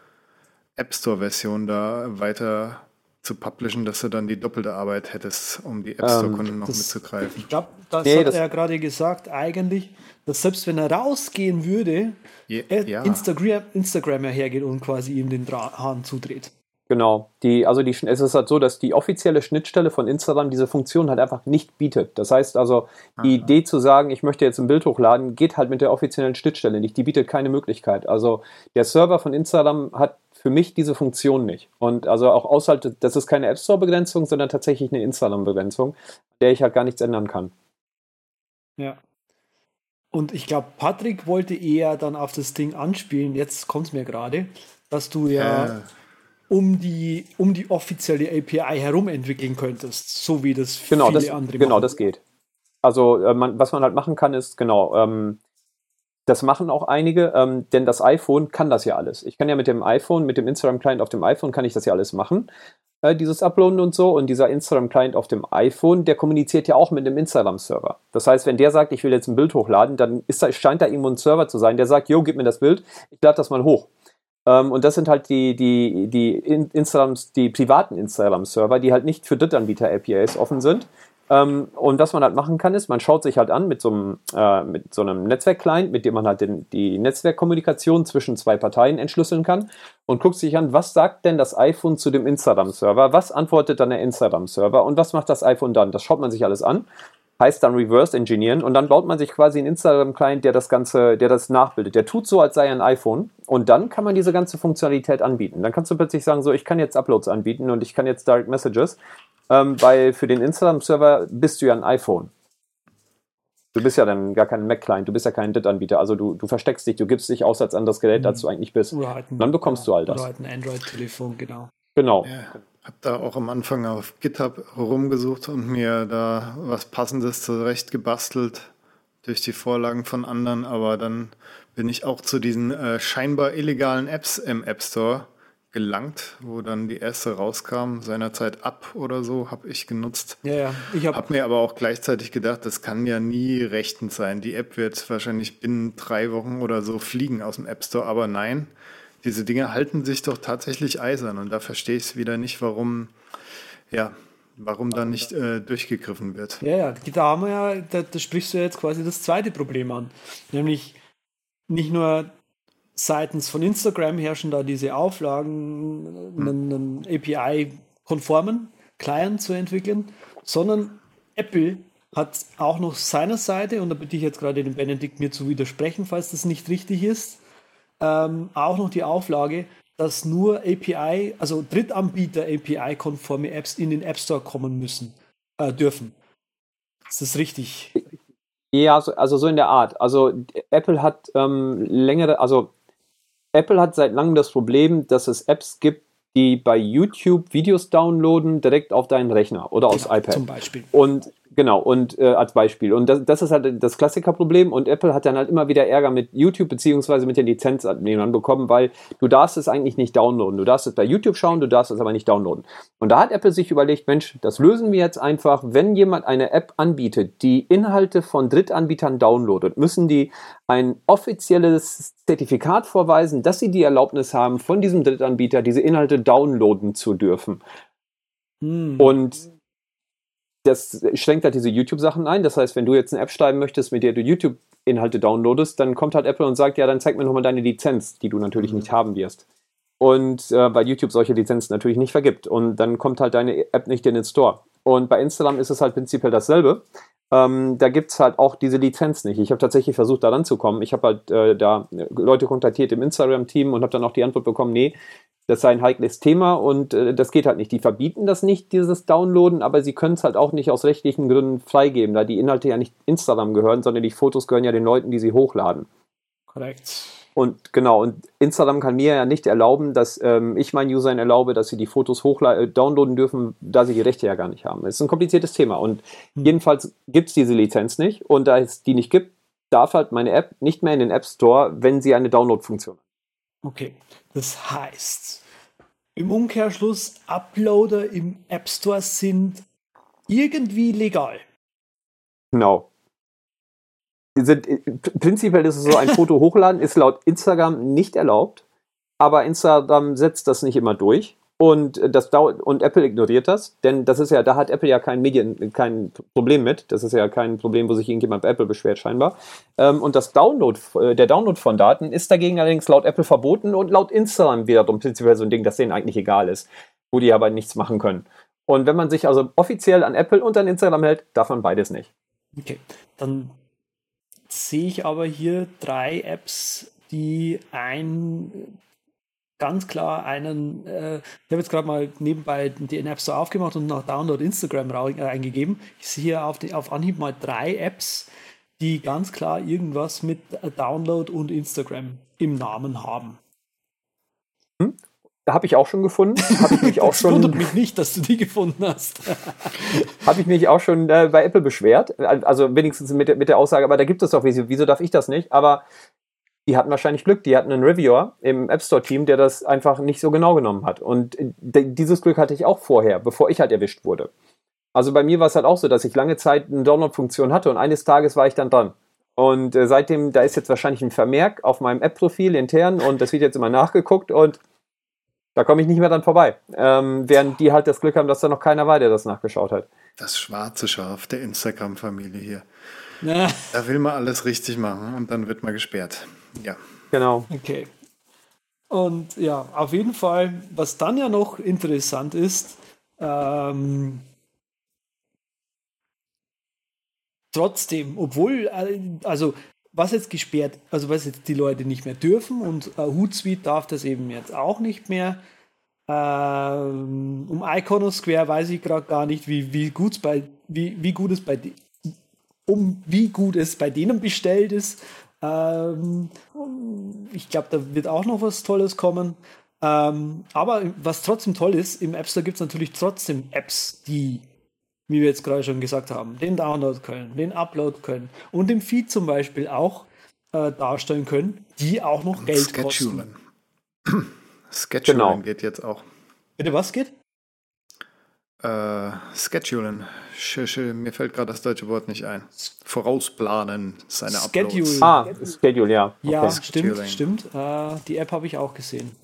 Speaker 1: App Store-Version da weiter zu publishen, dass du dann die doppelte Arbeit hättest, um die App Store-Kunden ähm, noch mitzugreifen.
Speaker 2: Ich glaube, das nee, hat das er ja gerade gesagt, eigentlich, dass selbst wenn er rausgehen würde, Je, er ja. Instagram, Instagram ja hergeht und quasi ihm den Dra- Hahn zudreht.
Speaker 4: Genau. Die, also die, es ist halt so, dass die offizielle Schnittstelle von Instagram diese Funktion halt einfach nicht bietet. Das heißt also, die Aha. Idee zu sagen, ich möchte jetzt ein Bild hochladen, geht halt mit der offiziellen Schnittstelle nicht. Die bietet keine Möglichkeit. Also der Server von Instagram hat für mich diese Funktion nicht. Und also auch außerhalb, das ist keine App Store-Begrenzung, sondern tatsächlich eine Instagram-Begrenzung, der ich halt gar nichts ändern kann.
Speaker 2: Ja. Und ich glaube, Patrick wollte eher dann auf das Ding anspielen, jetzt kommt es mir gerade, dass du ja
Speaker 1: Äh.
Speaker 2: um die, um die offizielle A P I herum entwickeln könntest, so wie das
Speaker 4: Genau,
Speaker 2: viele
Speaker 4: das,
Speaker 2: andere
Speaker 4: genau,
Speaker 2: machen.
Speaker 4: das geht. Also äh, man, was man halt machen kann, ist, genau, ähm, das machen auch einige, ähm, denn das iPhone kann das ja alles. Ich kann ja mit dem iPhone, mit dem Instagram-Client auf dem iPhone, kann ich das ja alles machen, äh, dieses Uploaden und so. Und dieser Instagram-Client auf dem iPhone, der kommuniziert ja auch mit dem Instagram-Server. Das heißt, wenn der sagt, ich will jetzt ein Bild hochladen, dann ist da, scheint da irgendwo ein Server zu sein, der sagt, jo, gib mir das Bild, ich lade das mal hoch. Ähm, und das sind halt die, die, die, Instagrams, die privaten Instagram-Server, die halt nicht für Drittanbieter-A P Is offen sind. Ähm, und was man halt machen kann, ist, man schaut sich halt an mit so einem, äh, mit so einem Netzwerk-Client, mit dem man halt den, die Netzwerkkommunikation zwischen zwei Parteien entschlüsseln kann und guckt sich an, was sagt denn das iPhone zu dem Instagram-Server, was antwortet dann der Instagram-Server und was macht das iPhone dann? Das schaut man sich alles an, heißt dann Reverse Engineeren und dann baut man sich quasi einen Instagram-Client, der das Ganze, der das nachbildet. Der tut so, als sei er ein iPhone und dann kann man diese ganze Funktionalität anbieten. Dann kannst du plötzlich sagen, so, ich kann jetzt Uploads anbieten und ich kann jetzt Direct Messages. Ähm, weil für den Instagram-Server bist du ja ein iPhone. Du bist ja dann gar kein Mac-Client, du bist ja kein D I T-Anbieter. Also du, du versteckst dich, du gibst dich aus als anderes Gerät, als du eigentlich bist.
Speaker 2: Halt ein,
Speaker 4: dann bekommst
Speaker 2: ja,
Speaker 4: du all das.
Speaker 2: Oder halt ein Android-Telefon, genau.
Speaker 4: Genau.
Speaker 1: Ja, hab da auch am Anfang auf GitHub rumgesucht und mir da was Passendes zurecht gebastelt durch die Vorlagen von anderen, aber dann bin ich auch zu diesen äh, scheinbar illegalen Apps im App Store gelangt, wo dann die erste rauskam, seinerzeit Up oder so, habe ich genutzt.
Speaker 2: Ja, ja. Ich habe
Speaker 1: hab mir aber auch gleichzeitig gedacht, das kann ja nie rechtens sein. Die App wird wahrscheinlich binnen drei Wochen oder so fliegen aus dem App Store, aber nein, diese Dinge halten sich doch tatsächlich eisern und da verstehe ich es wieder nicht, warum, ja, warum da nicht äh, durchgegriffen wird.
Speaker 2: Ja, ja, da haben wir ja, da, da sprichst du jetzt quasi das zweite Problem an, nämlich nicht nur seitens von Instagram herrschen da diese Auflagen, einen, einen A P I-konformen Client zu entwickeln, sondern Apple hat auch noch seiner Seite, und da bitte ich jetzt gerade den Benedikt mir zu widersprechen, falls das nicht richtig ist, ähm, auch noch die Auflage, dass nur A P I, also Drittanbieter A P I-konforme Apps in den App Store kommen müssen, äh, dürfen. Ist das richtig?
Speaker 4: Ja, also, also so in der Art. Also Apple hat ähm, längere, also Apple hat seit langem das Problem, dass es Apps gibt, die bei YouTube Videos downloaden direkt auf deinen Rechner oder aufs
Speaker 2: Genau,
Speaker 4: iPad.
Speaker 2: zum Beispiel.
Speaker 4: Und genau, und äh, als Beispiel. Und das, das ist halt das Klassikerproblem. Und Apple hat dann halt immer wieder Ärger mit YouTube beziehungsweise mit den Lizenzabnehmern bekommen, weil du darfst es eigentlich nicht downloaden. Du darfst es bei YouTube schauen, du darfst es aber nicht downloaden. Und da hat Apple sich überlegt, Mensch, das lösen wir jetzt einfach. Wenn jemand eine App anbietet, die Inhalte von Drittanbietern downloadet, müssen die ein offizielles Zertifikat vorweisen, dass sie die Erlaubnis haben, von diesem Drittanbieter diese Inhalte downloaden zu dürfen.
Speaker 2: Hm.
Speaker 4: Und das schränkt halt diese YouTube-Sachen ein. Das heißt, wenn du jetzt eine App schreiben möchtest, mit der du YouTube-Inhalte downloadest, dann kommt halt Apple und sagt, ja, dann zeig mir nochmal deine Lizenz, die du natürlich mhm. nicht haben wirst. Und äh, weil YouTube solche Lizenzen natürlich nicht vergibt. Und dann kommt halt deine App nicht in den Store. Und bei Instagram ist es halt prinzipiell dasselbe. Ähm, da gibt es halt auch diese Lizenz nicht. Ich habe tatsächlich versucht, da ranzukommen. Ich habe halt äh, da Leute kontaktiert im Instagram-Team und habe dann auch die Antwort bekommen, nee, das sei ein heikles Thema und äh, das geht halt nicht. Die verbieten das nicht, dieses Downloaden, aber sie können es halt auch nicht aus rechtlichen Gründen freigeben, da die Inhalte ja nicht Instagram gehören, sondern die Fotos gehören ja den Leuten, die sie hochladen.
Speaker 2: Korrekt.
Speaker 4: Und genau, und Instagram kann mir ja nicht erlauben, dass ähm, ich meinen Usern erlaube, dass sie die Fotos hochla- downloaden dürfen, da sie die Rechte ja gar nicht haben. Das ist ein kompliziertes Thema und hm. jedenfalls gibt es diese Lizenz nicht und da es die nicht gibt, darf halt meine App nicht mehr in den App Store, wenn sie eine Download-Funktion hat.
Speaker 2: Okay, das heißt, im Umkehrschluss, Uploader im App Store sind irgendwie legal.
Speaker 4: Genau. Sind, prinzipiell ist es so, ein Foto hochladen ist laut Instagram nicht erlaubt, aber Instagram setzt das nicht immer durch und, das dauert, und Apple ignoriert das, denn das ist ja, da hat Apple ja kein Medien, kein Problem mit, das ist ja kein Problem, wo sich irgendjemand bei Apple beschwert scheinbar. Und das Download, der Download von Daten ist dagegen allerdings laut Apple verboten und laut Instagram wiederum prinzipiell so ein Ding, das denen eigentlich egal ist, wo die aber nichts machen können. Und wenn man sich also offiziell an Apple und an Instagram hält, darf man beides nicht.
Speaker 2: Okay, dann sehe ich aber hier drei Apps, die ein ganz klar einen, äh, ich habe jetzt gerade mal nebenbei den App Store aufgemacht und nach Download Instagram ra- äh, eingegeben. Ich sehe hier auf, die, auf Anhieb mal drei Apps, die ganz klar irgendwas mit äh, Download und Instagram im Namen haben.
Speaker 4: Hm? Da habe ich auch schon gefunden. Habe ich mich auch
Speaker 2: Das
Speaker 4: schon.
Speaker 2: wundert mich nicht, dass du die gefunden hast.
Speaker 4: Habe ich mich auch schon äh, bei Apple beschwert. Also wenigstens mit der, mit der Aussage, aber da gibt es doch, wieso, wieso darf ich das nicht? Aber die hatten wahrscheinlich Glück. Die hatten einen Reviewer im App Store-Team, der das einfach nicht so genau genommen hat. Und d- dieses Glück hatte ich auch vorher, bevor ich halt erwischt wurde. Also bei mir war es halt auch so, dass ich lange Zeit eine Download-Funktion hatte und eines Tages war ich dann dran. Und äh, seitdem, da ist jetzt wahrscheinlich ein Vermerk auf meinem App-Profil intern und das wird jetzt immer nachgeguckt und da komme ich nicht mehr dran vorbei. Ähm, während die halt das Glück haben, dass da noch keiner war, der das nachgeschaut hat.
Speaker 1: Das schwarze Schaf der Instagram-Familie hier.
Speaker 2: Ja.
Speaker 1: Da will man alles richtig machen und dann wird man gesperrt. Ja.
Speaker 4: Genau.
Speaker 2: Okay. Und ja, auf jeden Fall, was dann ja noch interessant ist, ähm, trotzdem, obwohl, äh, also was jetzt gesperrt, also was jetzt die Leute nicht mehr dürfen und äh, Hootsuite darf das eben jetzt auch nicht mehr. Ähm, um Iconosquare weiß ich gerade gar nicht, wie, wie gut bei wie, wie gut es bei de- um wie gut es bei denen bestellt ist. Ähm, ich glaube, da wird auch noch was Tolles kommen. Ähm, aber was trotzdem toll ist, im App Store gibt es natürlich trotzdem Apps, die, wie wir jetzt gerade schon gesagt haben, den Download können, den Upload können und im Feed zum Beispiel auch äh, darstellen können, die auch noch Geld kosten.
Speaker 1: Schedulen. Schedulen
Speaker 4: Genau.
Speaker 1: geht jetzt auch.
Speaker 2: Bitte, was geht?
Speaker 1: Äh, Schedulen. Sch, sch, mir fällt gerade das deutsche Wort nicht ein. Vorausplanen seine
Speaker 2: Schedule.
Speaker 1: Uploads.
Speaker 4: Ah, Schedule, ja.
Speaker 2: Ja,
Speaker 4: Okay.
Speaker 2: stimmt,
Speaker 1: Scheduling.
Speaker 2: stimmt. Äh, die App habe ich auch gesehen.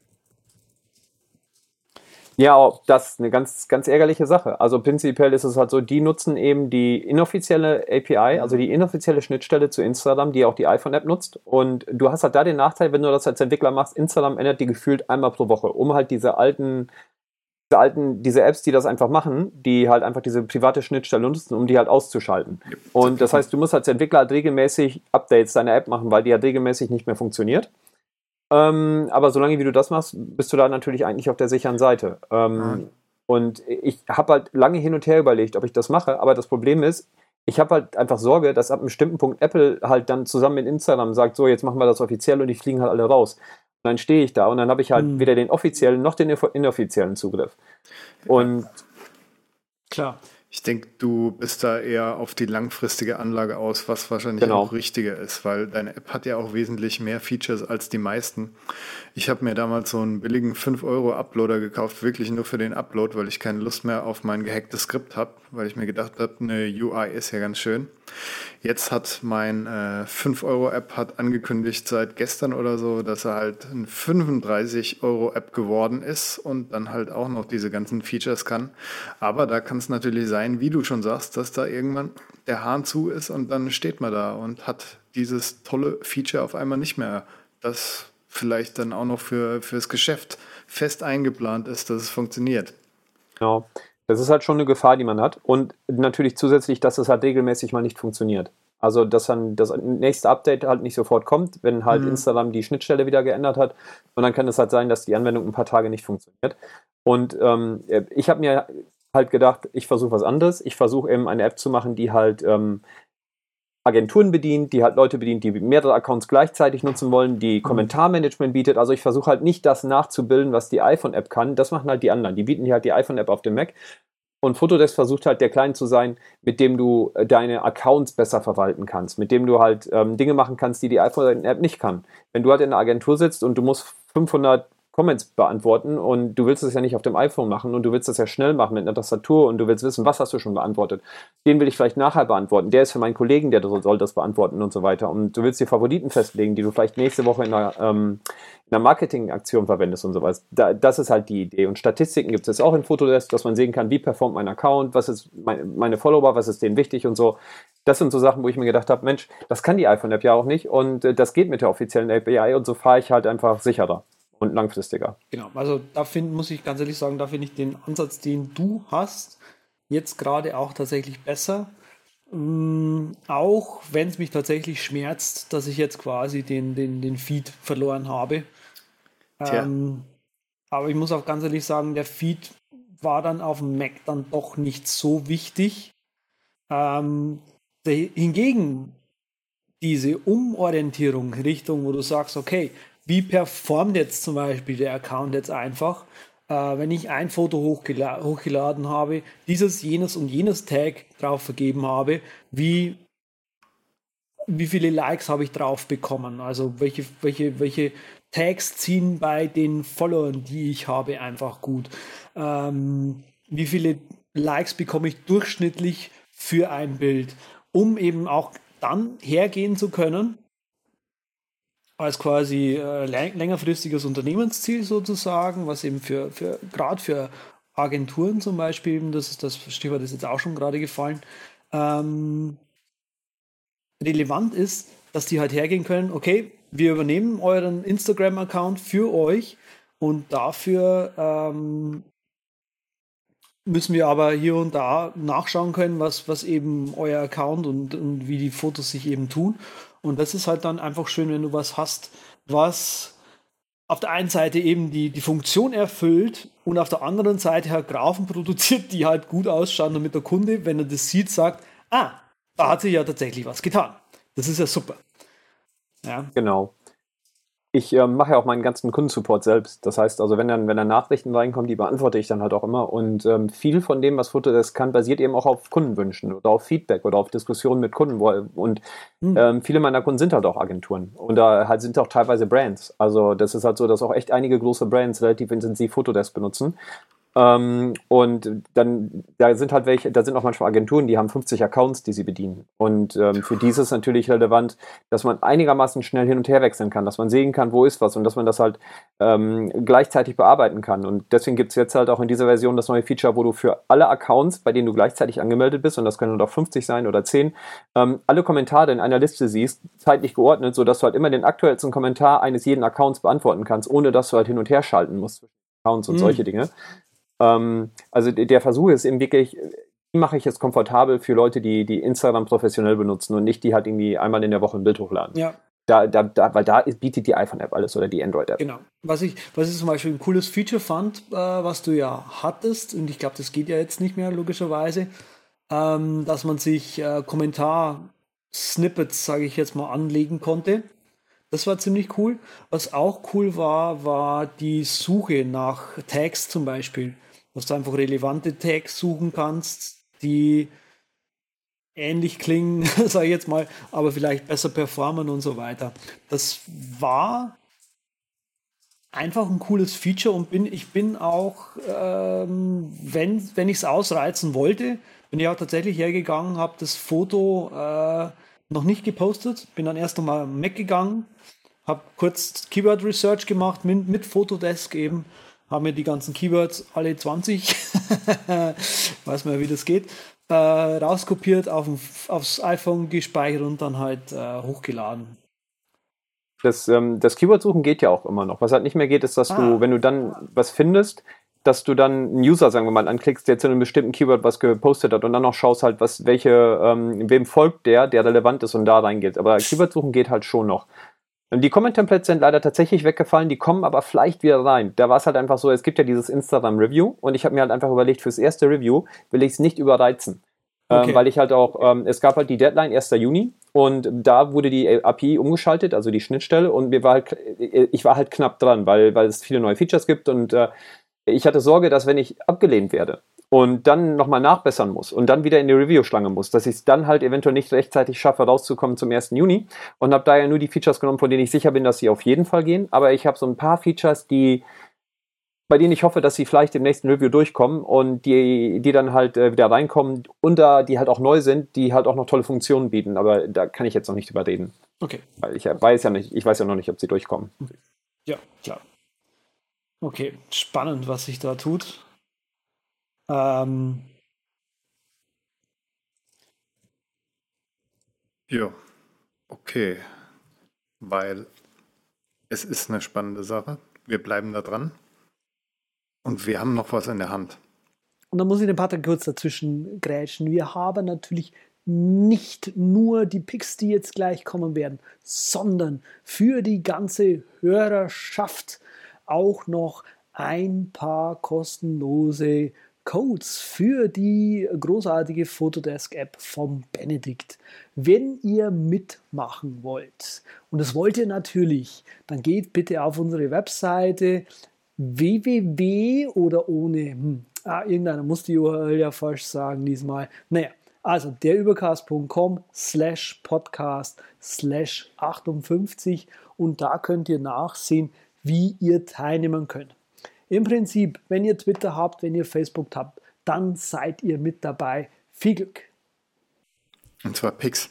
Speaker 4: Ja, auch das ist eine ganz, ganz ärgerliche Sache. Also prinzipiell ist es halt so, die nutzen eben die inoffizielle A P I, also die inoffizielle Schnittstelle zu Instagram, die auch die iPhone-App nutzt. Und du hast halt da den Nachteil, wenn du das als Entwickler machst, Instagram ändert die gefühlt einmal pro Woche, um halt diese alten, diese alten, diese Apps, die das einfach machen, die halt einfach diese private Schnittstelle nutzen, um die halt auszuschalten. Und das heißt, du musst als Entwickler halt regelmäßig Updates deiner App machen, weil die halt regelmäßig nicht mehr funktioniert. Ähm, aber solange wie du das machst, bist du da natürlich eigentlich auf der sicheren Seite. Ähm,
Speaker 1: Mhm.
Speaker 4: Und ich habe halt lange hin und her überlegt, ob ich das mache, aber das Problem ist, ich habe halt einfach Sorge, dass ab einem bestimmten Punkt Apple halt dann zusammen mit Instagram sagt, so, jetzt machen wir das offiziell und die fliegen halt alle raus. Und dann stehe ich da und dann habe ich halt
Speaker 2: Hm.
Speaker 4: weder den offiziellen noch den inoffiziellen Zugriff. Und
Speaker 2: Klar.
Speaker 1: Ich denke, du bist da eher auf die langfristige Anlage aus, was wahrscheinlich
Speaker 4: Genau.
Speaker 1: auch richtiger ist, weil deine App hat ja auch wesentlich mehr Features als die meisten. Ich habe mir damals so einen billigen fünf Euro Uploader gekauft, wirklich nur für den Upload, weil ich keine Lust mehr auf mein gehacktes Skript habe, weil ich mir gedacht habe, eine U I ist ja ganz schön. Jetzt hat mein äh, fünf Euro App hat angekündigt seit gestern oder so, dass er halt ein fünfunddreißig Euro App geworden ist und dann halt auch noch diese ganzen Features kann. Aber da kann es natürlich sein, wie du schon sagst, dass da irgendwann der Hahn zu ist und dann steht man da und hat dieses tolle Feature auf einmal nicht mehr, das vielleicht dann auch noch für fürs Geschäft fest eingeplant ist, dass es funktioniert.
Speaker 4: genau, das ist halt schon eine Gefahr, die man hat. Und natürlich zusätzlich, dass es halt regelmäßig mal nicht funktioniert. Also, dass dann das nächste Update halt nicht sofort kommt, wenn halt
Speaker 1: Mhm.
Speaker 4: Instagram die Schnittstelle wieder geändert hat. Und dann kann es halt sein, dass die Anwendung ein paar Tage nicht funktioniert. Und ähm, ich habe mir halt gedacht, ich versuche was anderes. Ich versuche eben eine App zu machen, die halt ähm, Agenturen bedient, die halt Leute bedient, die mehrere Accounts gleichzeitig nutzen wollen, die Kommentarmanagement bietet. Also ich versuche halt nicht das nachzubilden, was die iPhone-App kann. Das machen halt die anderen. Die bieten dir halt die iPhone-App auf dem Mac. Und Fotodesk versucht halt der Client zu sein, mit dem du äh, deine Accounts besser verwalten kannst, mit dem du halt ähm, Dinge machen kannst, die die iPhone-App nicht kann. Wenn du halt in einer Agentur sitzt und du musst fünfhundert Comments beantworten und du willst es ja nicht auf dem iPhone machen und du willst das ja schnell machen mit einer Tastatur und du willst wissen, was hast du schon beantwortet. Den will ich vielleicht nachher beantworten. Der ist für meinen Kollegen, der soll das beantworten und so weiter. Und du willst dir Favoriten festlegen, die du vielleicht nächste Woche in einer, ähm, in einer Marketingaktion verwendest und sowas. Da, das ist halt die Idee. Und Statistiken gibt es jetzt auch in Fotodesk, dass man sehen kann, wie performt mein Account, was ist mein, meine Follower, was ist denen wichtig und so. Das sind so Sachen, wo ich mir gedacht habe, Mensch, das kann die iPhone-App ja auch nicht und äh, das geht mit der offiziellen A P I und so fahre ich halt einfach sicherer und langfristiger.
Speaker 2: Genau, also da find, muss ich ganz ehrlich sagen, da finde ich den Ansatz, den du hast, jetzt gerade auch tatsächlich besser. Ähm, auch wenn es mich tatsächlich schmerzt, dass ich jetzt quasi den, den, den Feed verloren habe. Ähm, aber ich muss auch ganz ehrlich sagen, der Feed war dann auf dem Mac dann doch nicht so wichtig. Ähm, der, hingegen diese Umorientierung Richtung, wo du sagst, okay, wie performt jetzt zum Beispiel der Account jetzt einfach, äh, wenn ich ein Foto hochgela- hochgeladen habe, dieses, jenes und jenes Tag drauf vergeben habe, wie, wie viele Likes habe ich drauf bekommen? Also welche, welche, welche Tags ziehen bei den Followern, die ich habe, einfach gut? Ähm, wie viele Likes bekomme ich durchschnittlich für ein Bild, um eben auch dann hergehen zu können, als quasi äh, läng- längerfristiges Unternehmensziel sozusagen, was eben für, für gerade für Agenturen zum Beispiel, eben das, das Stichwort ist jetzt auch schon gerade gefallen, ähm, relevant ist, dass die halt hergehen können, okay, wir übernehmen euren Instagram-Account für euch und dafür ähm, müssen wir aber hier und da nachschauen können, was, was eben euer Account und, und wie die Fotos sich eben tun. Und das ist halt dann einfach schön, wenn du was hast, was auf der einen Seite eben die, die Funktion erfüllt und auf der anderen Seite halt Graphen produziert, die halt gut ausschauen, damit der Kunde, wenn er das sieht, sagt, ah, da hat sich ja tatsächlich was getan. Das ist ja super. Ja.
Speaker 4: Genau. Ich äh, mache ja auch meinen ganzen Kundensupport selbst. Das heißt also, wenn dann, wenn dann Nachrichten reinkommen, die beantworte ich dann halt auch immer. Und ähm, viel von dem, was Fotodesk kann, basiert eben auch auf Kundenwünschen oder auf Feedback oder auf Diskussionen mit Kunden. Wo, und
Speaker 2: Hm.
Speaker 4: ähm, viele meiner Kunden sind halt auch Agenturen. Und da halt sind auch teilweise Brands. Also das ist halt so, dass auch echt einige große Brands relativ intensiv Fotodesk benutzen. Ähm, und dann, da sind halt welche, da sind auch manchmal Agenturen, die haben fünfzig Accounts, die sie bedienen. Und ähm, für die ist es natürlich relevant, dass man einigermaßen schnell hin und her wechseln kann, dass man sehen kann, wo ist was und dass man das halt ähm, gleichzeitig bearbeiten kann. Und deswegen gibt es jetzt halt auch in dieser Version das neue Feature, wo du für alle Accounts, bei denen du gleichzeitig angemeldet bist, und das können auch fünfzig sein oder zehn, ähm, alle Kommentare in einer Liste siehst, zeitlich geordnet, sodass du halt immer den aktuellsten Kommentar eines jeden Accounts beantworten kannst, ohne dass du halt hin und her schalten musst zwischen Accounts und
Speaker 2: Hm.
Speaker 4: solche Dinge. Ähm, also der Versuch ist eben wirklich, wie mache ich es komfortabel für Leute, die, die Instagram professionell benutzen und nicht die halt irgendwie einmal in der Woche ein Bild hochladen.
Speaker 2: Ja.
Speaker 4: Da, da, da, weil da bietet die iPhone-App alles oder die Android-App.
Speaker 2: Genau. Was ich, was ich zum Beispiel ein cooles Feature fand, äh, was du ja hattest, und ich glaube, das geht ja jetzt nicht mehr, logischerweise, ähm, dass man sich äh, Kommentar-Snippets, sage ich jetzt mal, anlegen konnte. Das war ziemlich cool. Was auch cool war, war die Suche nach Tags zum Beispiel. Dass du einfach relevante Tags suchen kannst, die ähnlich klingen, sage ich jetzt mal, aber vielleicht besser performen und so weiter. Das war einfach ein cooles Feature und bin, ich bin auch, ähm, wenn, wenn ich es ausreizen wollte, bin ich auch tatsächlich hergegangen, habe das Foto äh, noch nicht gepostet, bin dann erst nochmal am Mac gegangen, habe kurz Keyword Research gemacht mit, mit Fotodesk eben, habe mir die ganzen Keywords, alle zwanzig, weiß man ja, wie das geht, äh, rauskopiert, auf dem, aufs iPhone gespeichert und dann halt äh, hochgeladen.
Speaker 4: Das, ähm, das Keyword-Suchen geht ja auch immer noch. Was halt nicht mehr geht, ist, dass
Speaker 2: Ah.
Speaker 4: du, wenn du dann was findest, dass du dann einen User, sagen wir mal, anklickst, der zu einem bestimmten Keyword was gepostet hat und dann noch schaust halt, was, welche, ähm, wem folgt der, der relevant ist und da reingeht. Aber Keyword-Suchen geht halt schon noch. Und die Comment-Templates sind leider tatsächlich weggefallen, die kommen aber vielleicht wieder rein. Da war es halt einfach so, es gibt ja dieses Instagram-Review und ich habe mir halt einfach überlegt, fürs erste Review will ich es nicht überreizen.
Speaker 2: Okay.
Speaker 4: Ähm, weil ich halt auch, ähm, es gab halt die Deadline erster Juni und da wurde die A P I umgeschaltet, also die Schnittstelle, und mir war halt, ich war halt knapp dran, weil, weil es viele neue Features gibt und äh, ich hatte Sorge, dass wenn ich abgelehnt werde und dann nochmal nachbessern muss und dann wieder in die Review-Schlange muss, dass ich es dann halt eventuell nicht rechtzeitig schaffe, rauszukommen zum ersten Juni, und habe daher nur die Features genommen, von denen ich sicher bin, dass sie auf jeden Fall gehen, aber ich habe so ein paar Features, die bei denen ich hoffe, dass sie vielleicht im nächsten Review durchkommen und die, die dann halt äh, wieder reinkommen und da die halt auch neu sind, die halt auch noch tolle Funktionen bieten, aber da kann ich jetzt noch nicht überreden.
Speaker 2: Okay.
Speaker 4: Weil ich weiß ja nicht, ich weiß ja noch nicht, ob sie durchkommen.
Speaker 2: Ja, klar. Okay, spannend, was sich da tut. Ähm,
Speaker 1: Ja, okay. Weil es ist eine spannende Sache. Wir bleiben da dran. Und wir haben noch was in der Hand.
Speaker 2: Und dann muss ich den Patrick kurz dazwischen grätschen. Wir haben natürlich nicht nur die Picks, die jetzt gleich kommen werden, sondern für die ganze Hörerschaft auch noch ein paar kostenlose Codes für die großartige Fotodesk-App vom Benedikt. Wenn ihr mitmachen wollt, und das wollt ihr natürlich, dann geht bitte auf unsere Webseite w w w oder ohne, hm, ah, irgendeiner muss die U R L ja falsch sagen diesmal. Naja, also derübercast.com slash podcast slash achtundfünfzig und da könnt ihr nachsehen, wie ihr teilnehmen könnt. Im Prinzip, wenn ihr Twitter habt, wenn ihr Facebook habt, dann seid ihr mit dabei. Viel Glück!
Speaker 1: Und zwar Pix.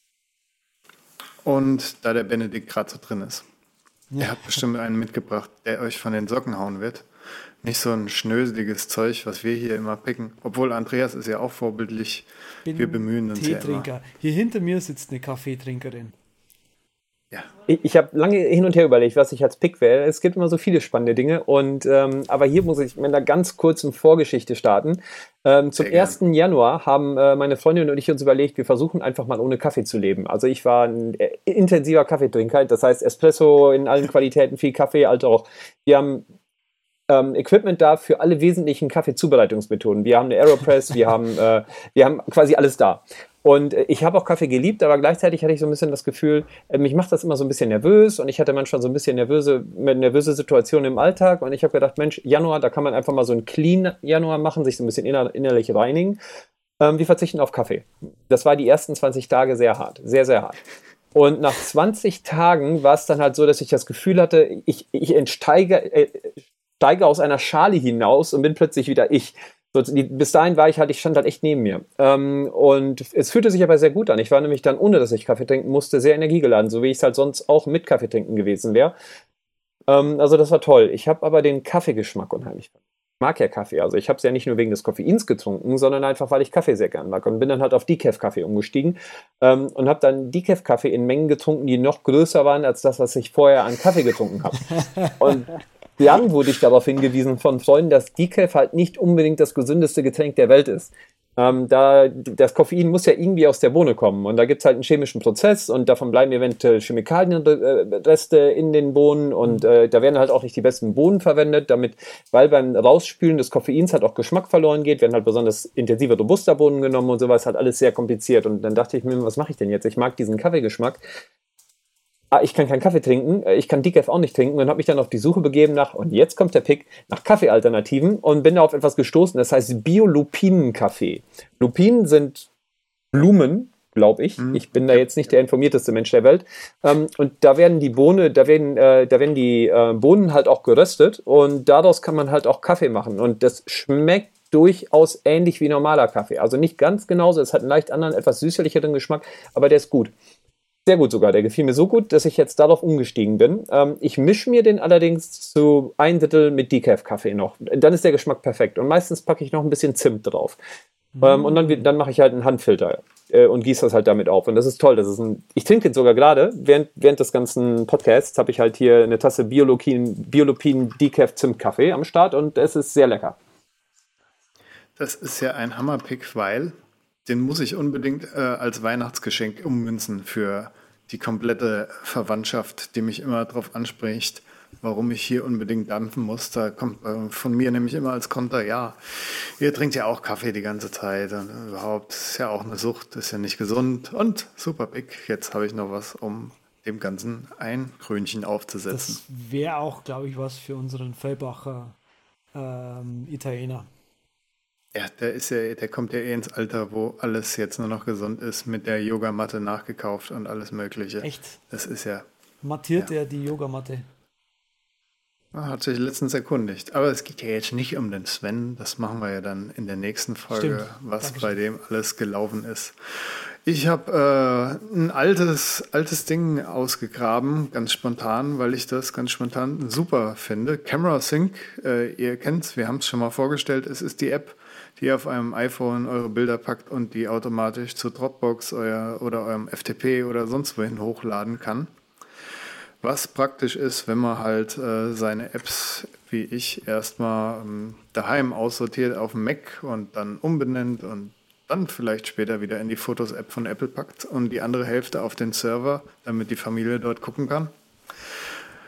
Speaker 1: Und da der Benedikt gerade so drin ist, ja. Er hat bestimmt einen mitgebracht, der euch von den Socken hauen wird. Nicht so ein schnöseliges Zeug, was wir hier immer picken. Obwohl Andreas ist ja auch vorbildlich.
Speaker 2: Bin
Speaker 1: wir bemühen uns ja immer.
Speaker 2: Hier hinter mir sitzt eine Kaffeetrinkerin.
Speaker 4: Ja. Ich, ich habe lange hin und her überlegt, was ich als Pick wähle. Es gibt immer so viele spannende Dinge. Und ähm, aber hier muss ich mit einer ganz kurzen Vorgeschichte starten. Ähm, zum ersten Januar haben äh, meine Freundin und ich uns überlegt, wir versuchen einfach mal ohne Kaffee zu leben. Also ich war ein äh, intensiver Kaffeetrinker. Das heißt Espresso in allen Qualitäten, viel Kaffee, also auch. Wir haben ähm, Equipment da für alle wesentlichen Kaffeezubereitungsmethoden. Wir haben eine Aeropress, wir haben, äh, wir haben quasi alles da. Und ich habe auch Kaffee geliebt, aber gleichzeitig hatte ich so ein bisschen das Gefühl, mich macht das immer so ein bisschen nervös und ich hatte manchmal so ein bisschen nervöse, nervöse Situationen im Alltag und ich habe gedacht, Mensch, Januar, da kann man einfach mal so einen Clean Januar machen, sich so ein bisschen inner, innerlich reinigen. Ähm, wir verzichten auf Kaffee. Das war die ersten zwanzig Tage sehr hart, sehr, sehr hart. Und nach zwanzig Tagen war es dann halt so, dass ich das Gefühl hatte, ich, ich entsteige äh, steige aus einer Schale hinaus und bin plötzlich wieder ich. So, die, bis dahin war ich halt, ich stand halt echt neben mir. Ähm, und es fühlte sich aber sehr gut an. Ich war nämlich dann, ohne dass ich Kaffee trinken musste, sehr energiegeladen, so wie ich es halt sonst auch mit Kaffee trinken gewesen wäre. Ähm, also das war toll. Ich habe aber den Kaffeegeschmack unheimlich. Ich mag ja Kaffee. Also ich habe es ja nicht nur wegen des Koffeins getrunken, sondern einfach, weil ich Kaffee sehr gern mag. Und bin dann halt auf Decaf-Kaffee umgestiegen ähm, und habe dann Decaf-Kaffee in Mengen getrunken, die noch größer waren als das, was ich vorher an Kaffee getrunken habe. Und dann wurde ich darauf hingewiesen von Freunden, dass Decaf halt nicht unbedingt das gesündeste Getränk der Welt ist. Ähm, da, das Koffein muss ja irgendwie aus der Bohne kommen und da gibt es halt einen chemischen Prozess und davon bleiben eventuell Chemikalienreste in den Bohnen und äh, da werden halt auch nicht die besten Bohnen verwendet, damit, weil beim Rausspülen des Koffeins halt auch Geschmack verloren geht, werden halt besonders intensive Robusta-Bohnen genommen und sowas, halt alles sehr kompliziert und dann dachte ich mir, was mache ich denn jetzt? Ich mag diesen Kaffeegeschmack. Ah, ich kann keinen Kaffee trinken, ich kann Decaf auch nicht trinken und habe mich dann auf die Suche begeben nach, und jetzt kommt der Pick, nach Kaffeealternativen und bin da auf etwas gestoßen, das heißt Bio-Lupinen-Kaffee. Lupinen sind Blumen, glaube ich. Mhm. Ich bin da jetzt nicht der informierteste Mensch der Welt. Ähm, und da werden die Bohnen, da werden, äh, da werden die äh, Bohnen halt auch geröstet und daraus kann man halt auch Kaffee machen und das schmeckt durchaus ähnlich wie normaler Kaffee. Also nicht ganz genauso, es hat einen leicht anderen, etwas süßlicheren Geschmack, aber der ist gut. Sehr gut sogar, der gefiel mir so gut, dass ich jetzt darauf umgestiegen bin. Ähm, ich mische mir den allerdings zu ein Drittel mit Decaf-Kaffee noch. Dann ist der Geschmack perfekt. Und meistens packe ich noch ein bisschen Zimt drauf. Mhm. Ähm, und dann, dann mache ich halt einen Handfilter äh, und gieße das halt damit auf. Und das ist toll. Das ist ein, ich trinke den sogar gerade. Während, während des ganzen Podcasts habe ich halt hier eine Tasse Biolupin, Biolupin Decaf Zimtkaffee am Start und es ist sehr lecker.
Speaker 1: Das ist ja ein Hammerpick, weil den muss ich unbedingt äh, als Weihnachtsgeschenk ummünzen für die komplette Verwandtschaft, die mich immer darauf anspricht, warum ich hier unbedingt dampfen muss. Da kommt äh, von mir nämlich immer als Konter, ja, ihr trinkt ja auch Kaffee die ganze Zeit und überhaupt ist ja auch eine Sucht, ist ja nicht gesund und super Pick. Jetzt habe ich noch was, um dem Ganzen ein Krönchen aufzusetzen.
Speaker 2: Das wäre auch, glaube ich, was für unseren Fellbacher ähm, Italiener.
Speaker 1: Ja, der ist ja, der kommt ja eh ins Alter, wo alles jetzt nur noch gesund ist, mit der Yogamatte nachgekauft und alles Mögliche.
Speaker 2: Echt?
Speaker 1: Das ist ja.
Speaker 2: Mattiert
Speaker 1: ja.
Speaker 2: er die Yogamatte?
Speaker 1: Hat sich letztens erkundigt. Aber es geht ja jetzt nicht um den Sven. Das machen wir ja dann in der nächsten Folge,
Speaker 2: Stimmt.
Speaker 1: was
Speaker 2: Dankeschön.
Speaker 1: Bei dem alles gelaufen ist. Ich habe äh, ein altes, altes Ding ausgegraben, ganz spontan, weil ich das ganz spontan super finde. Camera Sync, äh, ihr kennt's, wir haben es schon mal vorgestellt. Es ist die App, die auf einem iPhone eure Bilder packt und die automatisch zu Dropbox euer, oder eurem F T P oder sonst wohin hochladen kann. Was praktisch ist, wenn man halt äh, seine Apps, wie ich, erstmal ähm, daheim aussortiert auf dem Mac und dann umbenennt und dann vielleicht später wieder in die Fotos-App von Apple packt und die andere Hälfte auf den Server, damit die Familie dort gucken kann.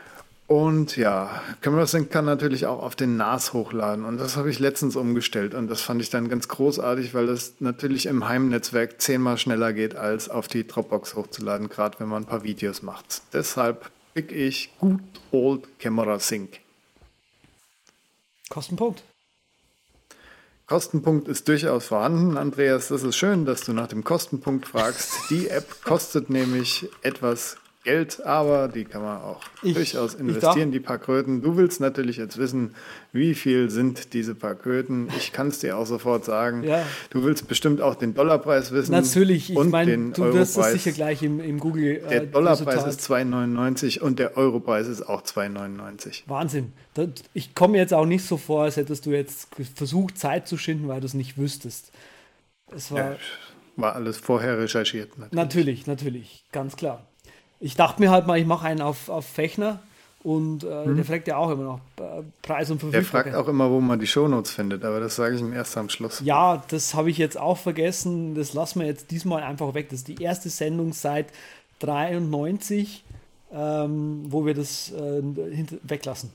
Speaker 1: Und ja, CameraSync kann natürlich auch auf den N A S hochladen. Und das habe ich letztens umgestellt. Und das fand ich dann ganz großartig, weil das natürlich im Heimnetzwerk zehnmal schneller geht, als auf die Dropbox hochzuladen, gerade wenn man ein paar Videos macht. Deshalb pick ich Good Old CameraSync.
Speaker 2: Kostenpunkt.
Speaker 1: Kostenpunkt ist durchaus vorhanden, Andreas. Das ist schön, dass du nach dem Kostenpunkt fragst. Die App kostet nämlich etwas Geld, aber die kann man auch ich, durchaus investieren, die paar Kröten. Du willst natürlich jetzt wissen, wie viel sind diese paar Kröten. Ich kann es dir auch sofort sagen.
Speaker 2: Ja.
Speaker 1: Du willst bestimmt auch den Dollarpreis wissen.
Speaker 2: Natürlich, ich meine, du
Speaker 1: Europreis.
Speaker 2: wirst es sicher gleich im, im Google
Speaker 1: äh, Der Dollarpreis Resultat. Ist zwei neunundneunzig und der Europreis ist auch zwei neunundneunzig.
Speaker 2: Wahnsinn. Ich komme jetzt auch nicht so vor, als hättest du jetzt versucht, Zeit zu schinden, weil du es nicht wüsstest. Es war,
Speaker 1: ja, war alles vorher recherchiert.
Speaker 2: Natürlich, natürlich, natürlich ganz klar. Ich dachte mir halt mal, ich mache einen auf, auf Fechner und äh, hm. der fragt ja auch immer noch äh, Preis und Verfügbarkeit.
Speaker 1: Der fragt auch immer, wo man die Shownotes findet, aber das sage ich ihm erst am Schluss.
Speaker 2: Ja, das habe ich jetzt auch vergessen, das lassen wir jetzt diesmal einfach weg. Das ist die erste Sendung seit dreiundneunzig, ähm, wo wir das äh, weglassen.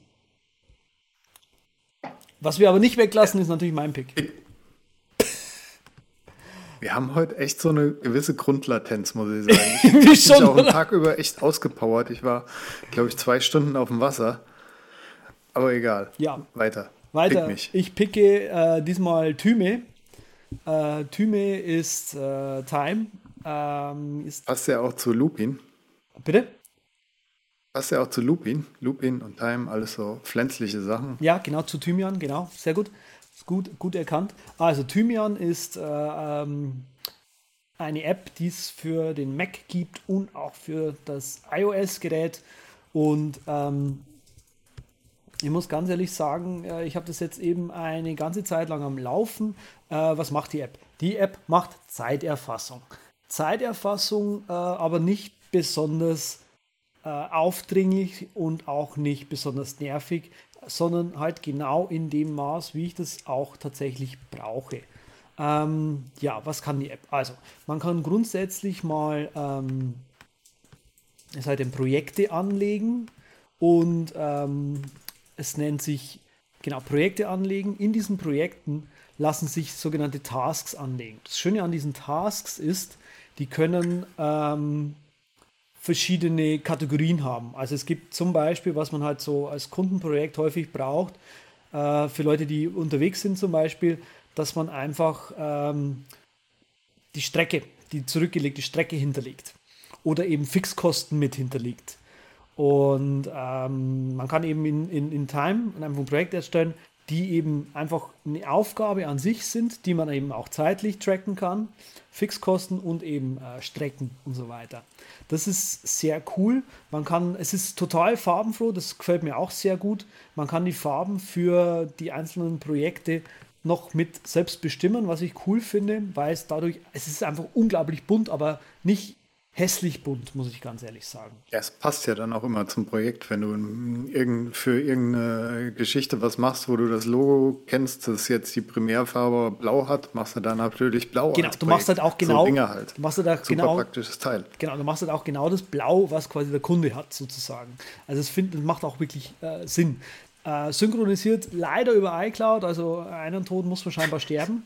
Speaker 2: Was wir aber nicht weglassen, ist natürlich mein Pick.
Speaker 1: Wir haben heute echt so eine gewisse Grundlatenz, muss ich sagen. Ich bin auch einen Tag über echt ausgepowert. Ich war, glaube ich, zwei Stunden auf dem Wasser. Aber egal.
Speaker 2: Ja.
Speaker 1: Weiter.
Speaker 2: Weiter.
Speaker 1: Pick mich.
Speaker 2: Ich picke äh, diesmal Thyme. Äh, Thyme ist äh, Time. Ähm, ist
Speaker 1: Passt ja auch zu Lupin.
Speaker 2: Bitte?
Speaker 1: Passt ja auch zu Lupin. Lupin und Time, alles so pflanzliche Sachen.
Speaker 2: Ja, genau, zu Thymian, genau. Sehr gut. Gut, gut erkannt. Also Thymian ist äh, ähm, eine App, die es für den Mac gibt und auch für das iOS-Gerät. Und ähm, ich muss ganz ehrlich sagen, äh, ich habe das jetzt eben eine ganze Zeit lang am Laufen. Äh, was macht die App? Die App macht Zeiterfassung. Zeiterfassung, äh, aber nicht besonders äh, aufdringlich und auch nicht besonders nervig, sondern halt genau in dem Maß, wie ich das auch tatsächlich brauche. Ähm, ja, was kann die App? Also, man kann grundsätzlich mal ähm, es halt in Projekte anlegen und ähm, es nennt sich, genau, Projekte anlegen. In diesen Projekten lassen sich sogenannte Tasks anlegen. Das Schöne an diesen Tasks ist, die können ähm, verschiedene Kategorien haben. Also es gibt zum Beispiel, was man halt so als Kundenprojekt häufig braucht, äh, für Leute, die unterwegs sind zum Beispiel, dass man einfach ähm, die Strecke, die zurückgelegte Strecke hinterlegt oder eben Fixkosten mit hinterlegt. Und ähm, man kann eben in, in, in Time einfach ein Projekt erstellen, die eben einfach eine Aufgabe an sich sind, die man eben auch zeitlich tracken kann, Fixkosten und eben äh, Strecken und so weiter. Das ist sehr cool. Man kann, es ist total farbenfroh, das gefällt mir auch sehr gut. Man kann die Farben für die einzelnen Projekte noch mit selbst bestimmen, was ich cool finde, weil es dadurch, es ist einfach unglaublich bunt, aber nicht hässlich bunt, muss ich ganz ehrlich sagen.
Speaker 1: Ja, es passt ja dann auch immer zum Projekt, wenn du für irgendeine Geschichte was machst, wo du das Logo kennst, das jetzt die Primärfarbe blau hat, machst du dann natürlich blau.
Speaker 2: Genau, du machst halt auch genau,
Speaker 1: so Dinge halt.
Speaker 2: Du machst halt auch
Speaker 1: Super
Speaker 2: genau,
Speaker 1: praktisches Teil.
Speaker 2: Genau, du machst halt auch genau das Blau, was quasi der Kunde hat, sozusagen. Also es find, das macht auch wirklich äh, Sinn. Äh, synchronisiert leider über iCloud, also einen Tod muss man scheinbar sterben.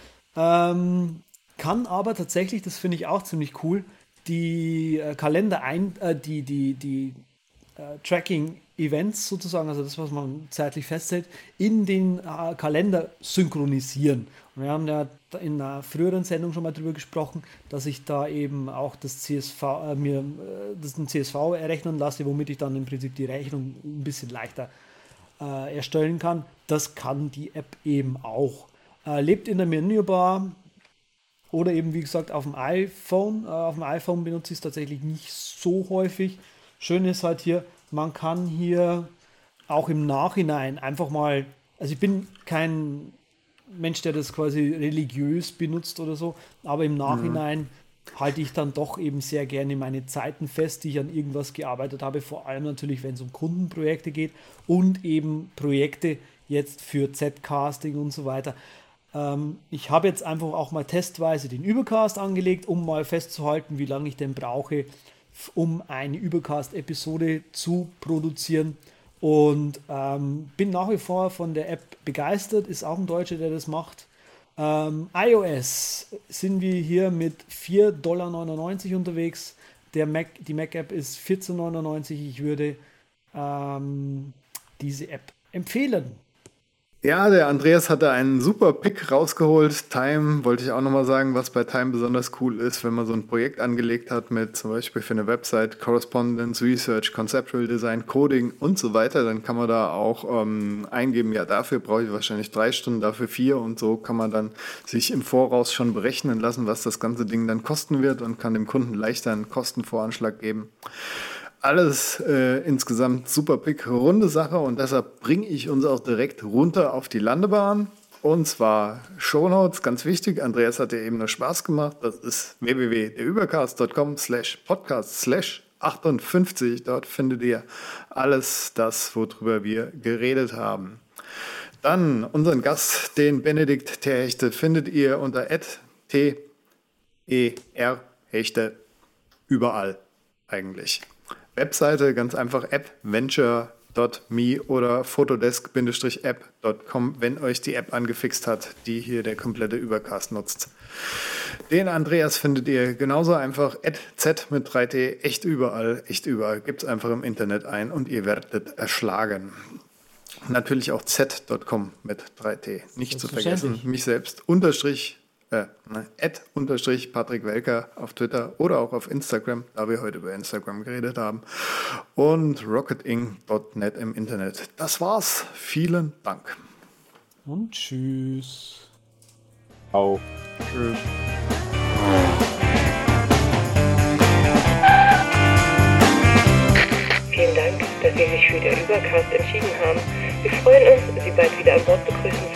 Speaker 2: Ähm, kann aber tatsächlich, das finde ich auch ziemlich cool, die äh, Kalender ein, äh, die, die, die äh, Tracking-Events sozusagen, also das, was man zeitlich festhält, in den äh, Kalender synchronisieren. Und wir haben ja in einer früheren Sendung schon mal drüber gesprochen, dass ich da eben auch das C S V, äh, mir äh, das ein C S V errechnen lasse, womit ich dann im Prinzip die Rechnung ein bisschen leichter äh, erstellen kann. Das kann die App eben auch. Äh, lebt in der Menübar. Oder eben, wie gesagt, auf dem iPhone. Äh, auf dem iPhone benutze ich es tatsächlich nicht so häufig. Schön ist halt hier, man kann hier auch im Nachhinein einfach mal, also ich bin kein Mensch, der das quasi religiös benutzt oder so, aber im Nachhinein mhm. halte ich dann doch eben sehr gerne meine Zeiten fest, die ich an irgendwas gearbeitet habe, vor allem natürlich, wenn es um Kundenprojekte geht und eben Projekte jetzt für Z-Casting und so weiter. Ich habe jetzt einfach auch mal testweise den Übercast angelegt, um mal festzuhalten, wie lange ich denn brauche, um eine Übercast-Episode zu produzieren. Und ähm, bin nach wie vor von der App begeistert, ist auch ein Deutscher, der das macht. Ähm, iOS sind wir hier mit vier Dollar neunundneunzig unterwegs. Der Mac, die Mac-App ist vierzehn neunundneunzig. Ich würde ähm, diese App empfehlen.
Speaker 1: Ja, der Andreas hatte einen super Pick rausgeholt. Time, wollte ich auch nochmal sagen, was bei Time besonders cool ist, wenn man so ein Projekt angelegt hat mit zum Beispiel für eine Website, Correspondence, Research, Conceptual Design, Coding und so weiter, dann kann man da auch ähm, eingeben, ja, dafür brauche ich wahrscheinlich drei Stunden, dafür vier und so kann man dann sich im Voraus schon berechnen lassen, was das ganze Ding dann kosten wird und kann dem Kunden leichter einen Kostenvoranschlag geben. Alles äh, insgesamt super pick, runde Sache und deshalb bringe ich uns auch direkt runter auf die Landebahn. Und zwar Shownotes, ganz wichtig. Andreas hat ja eben nur Spaß gemacht. Das ist w w w punkt der übercast punkt com slash podcast slash achtundfünfzig. Dort findet ihr alles das, worüber wir geredet haben. Dann unseren Gast, den Benedikt Terhechte, findet ihr unter at t e r hechte überall eigentlich. Webseite, ganz einfach appventure punkt me oder photodesk Bindestrich app punkt com, wenn euch die App angefixt hat, die hier der komplette Übercast nutzt. Den Andreas findet ihr genauso einfach, at z mit drei t, echt überall, echt überall. Gibt es einfach im Internet ein und ihr werdet erschlagen. Natürlich auch z punkt com mit drei t, nicht zu vergessen. Mich selbst, unterstrich, Äh, ne, at unterstrich Patrick Welker auf Twitter oder auch auf Instagram, da wir heute über Instagram geredet haben. Und rocketing punkt net im Internet. Das war's. Vielen Dank.
Speaker 2: Und tschüss.
Speaker 4: Au.
Speaker 1: Tschüss.
Speaker 3: Vielen Dank, dass Sie sich für den Übercast entschieden haben. Wir freuen uns, Sie bald wieder an Bord begrüßen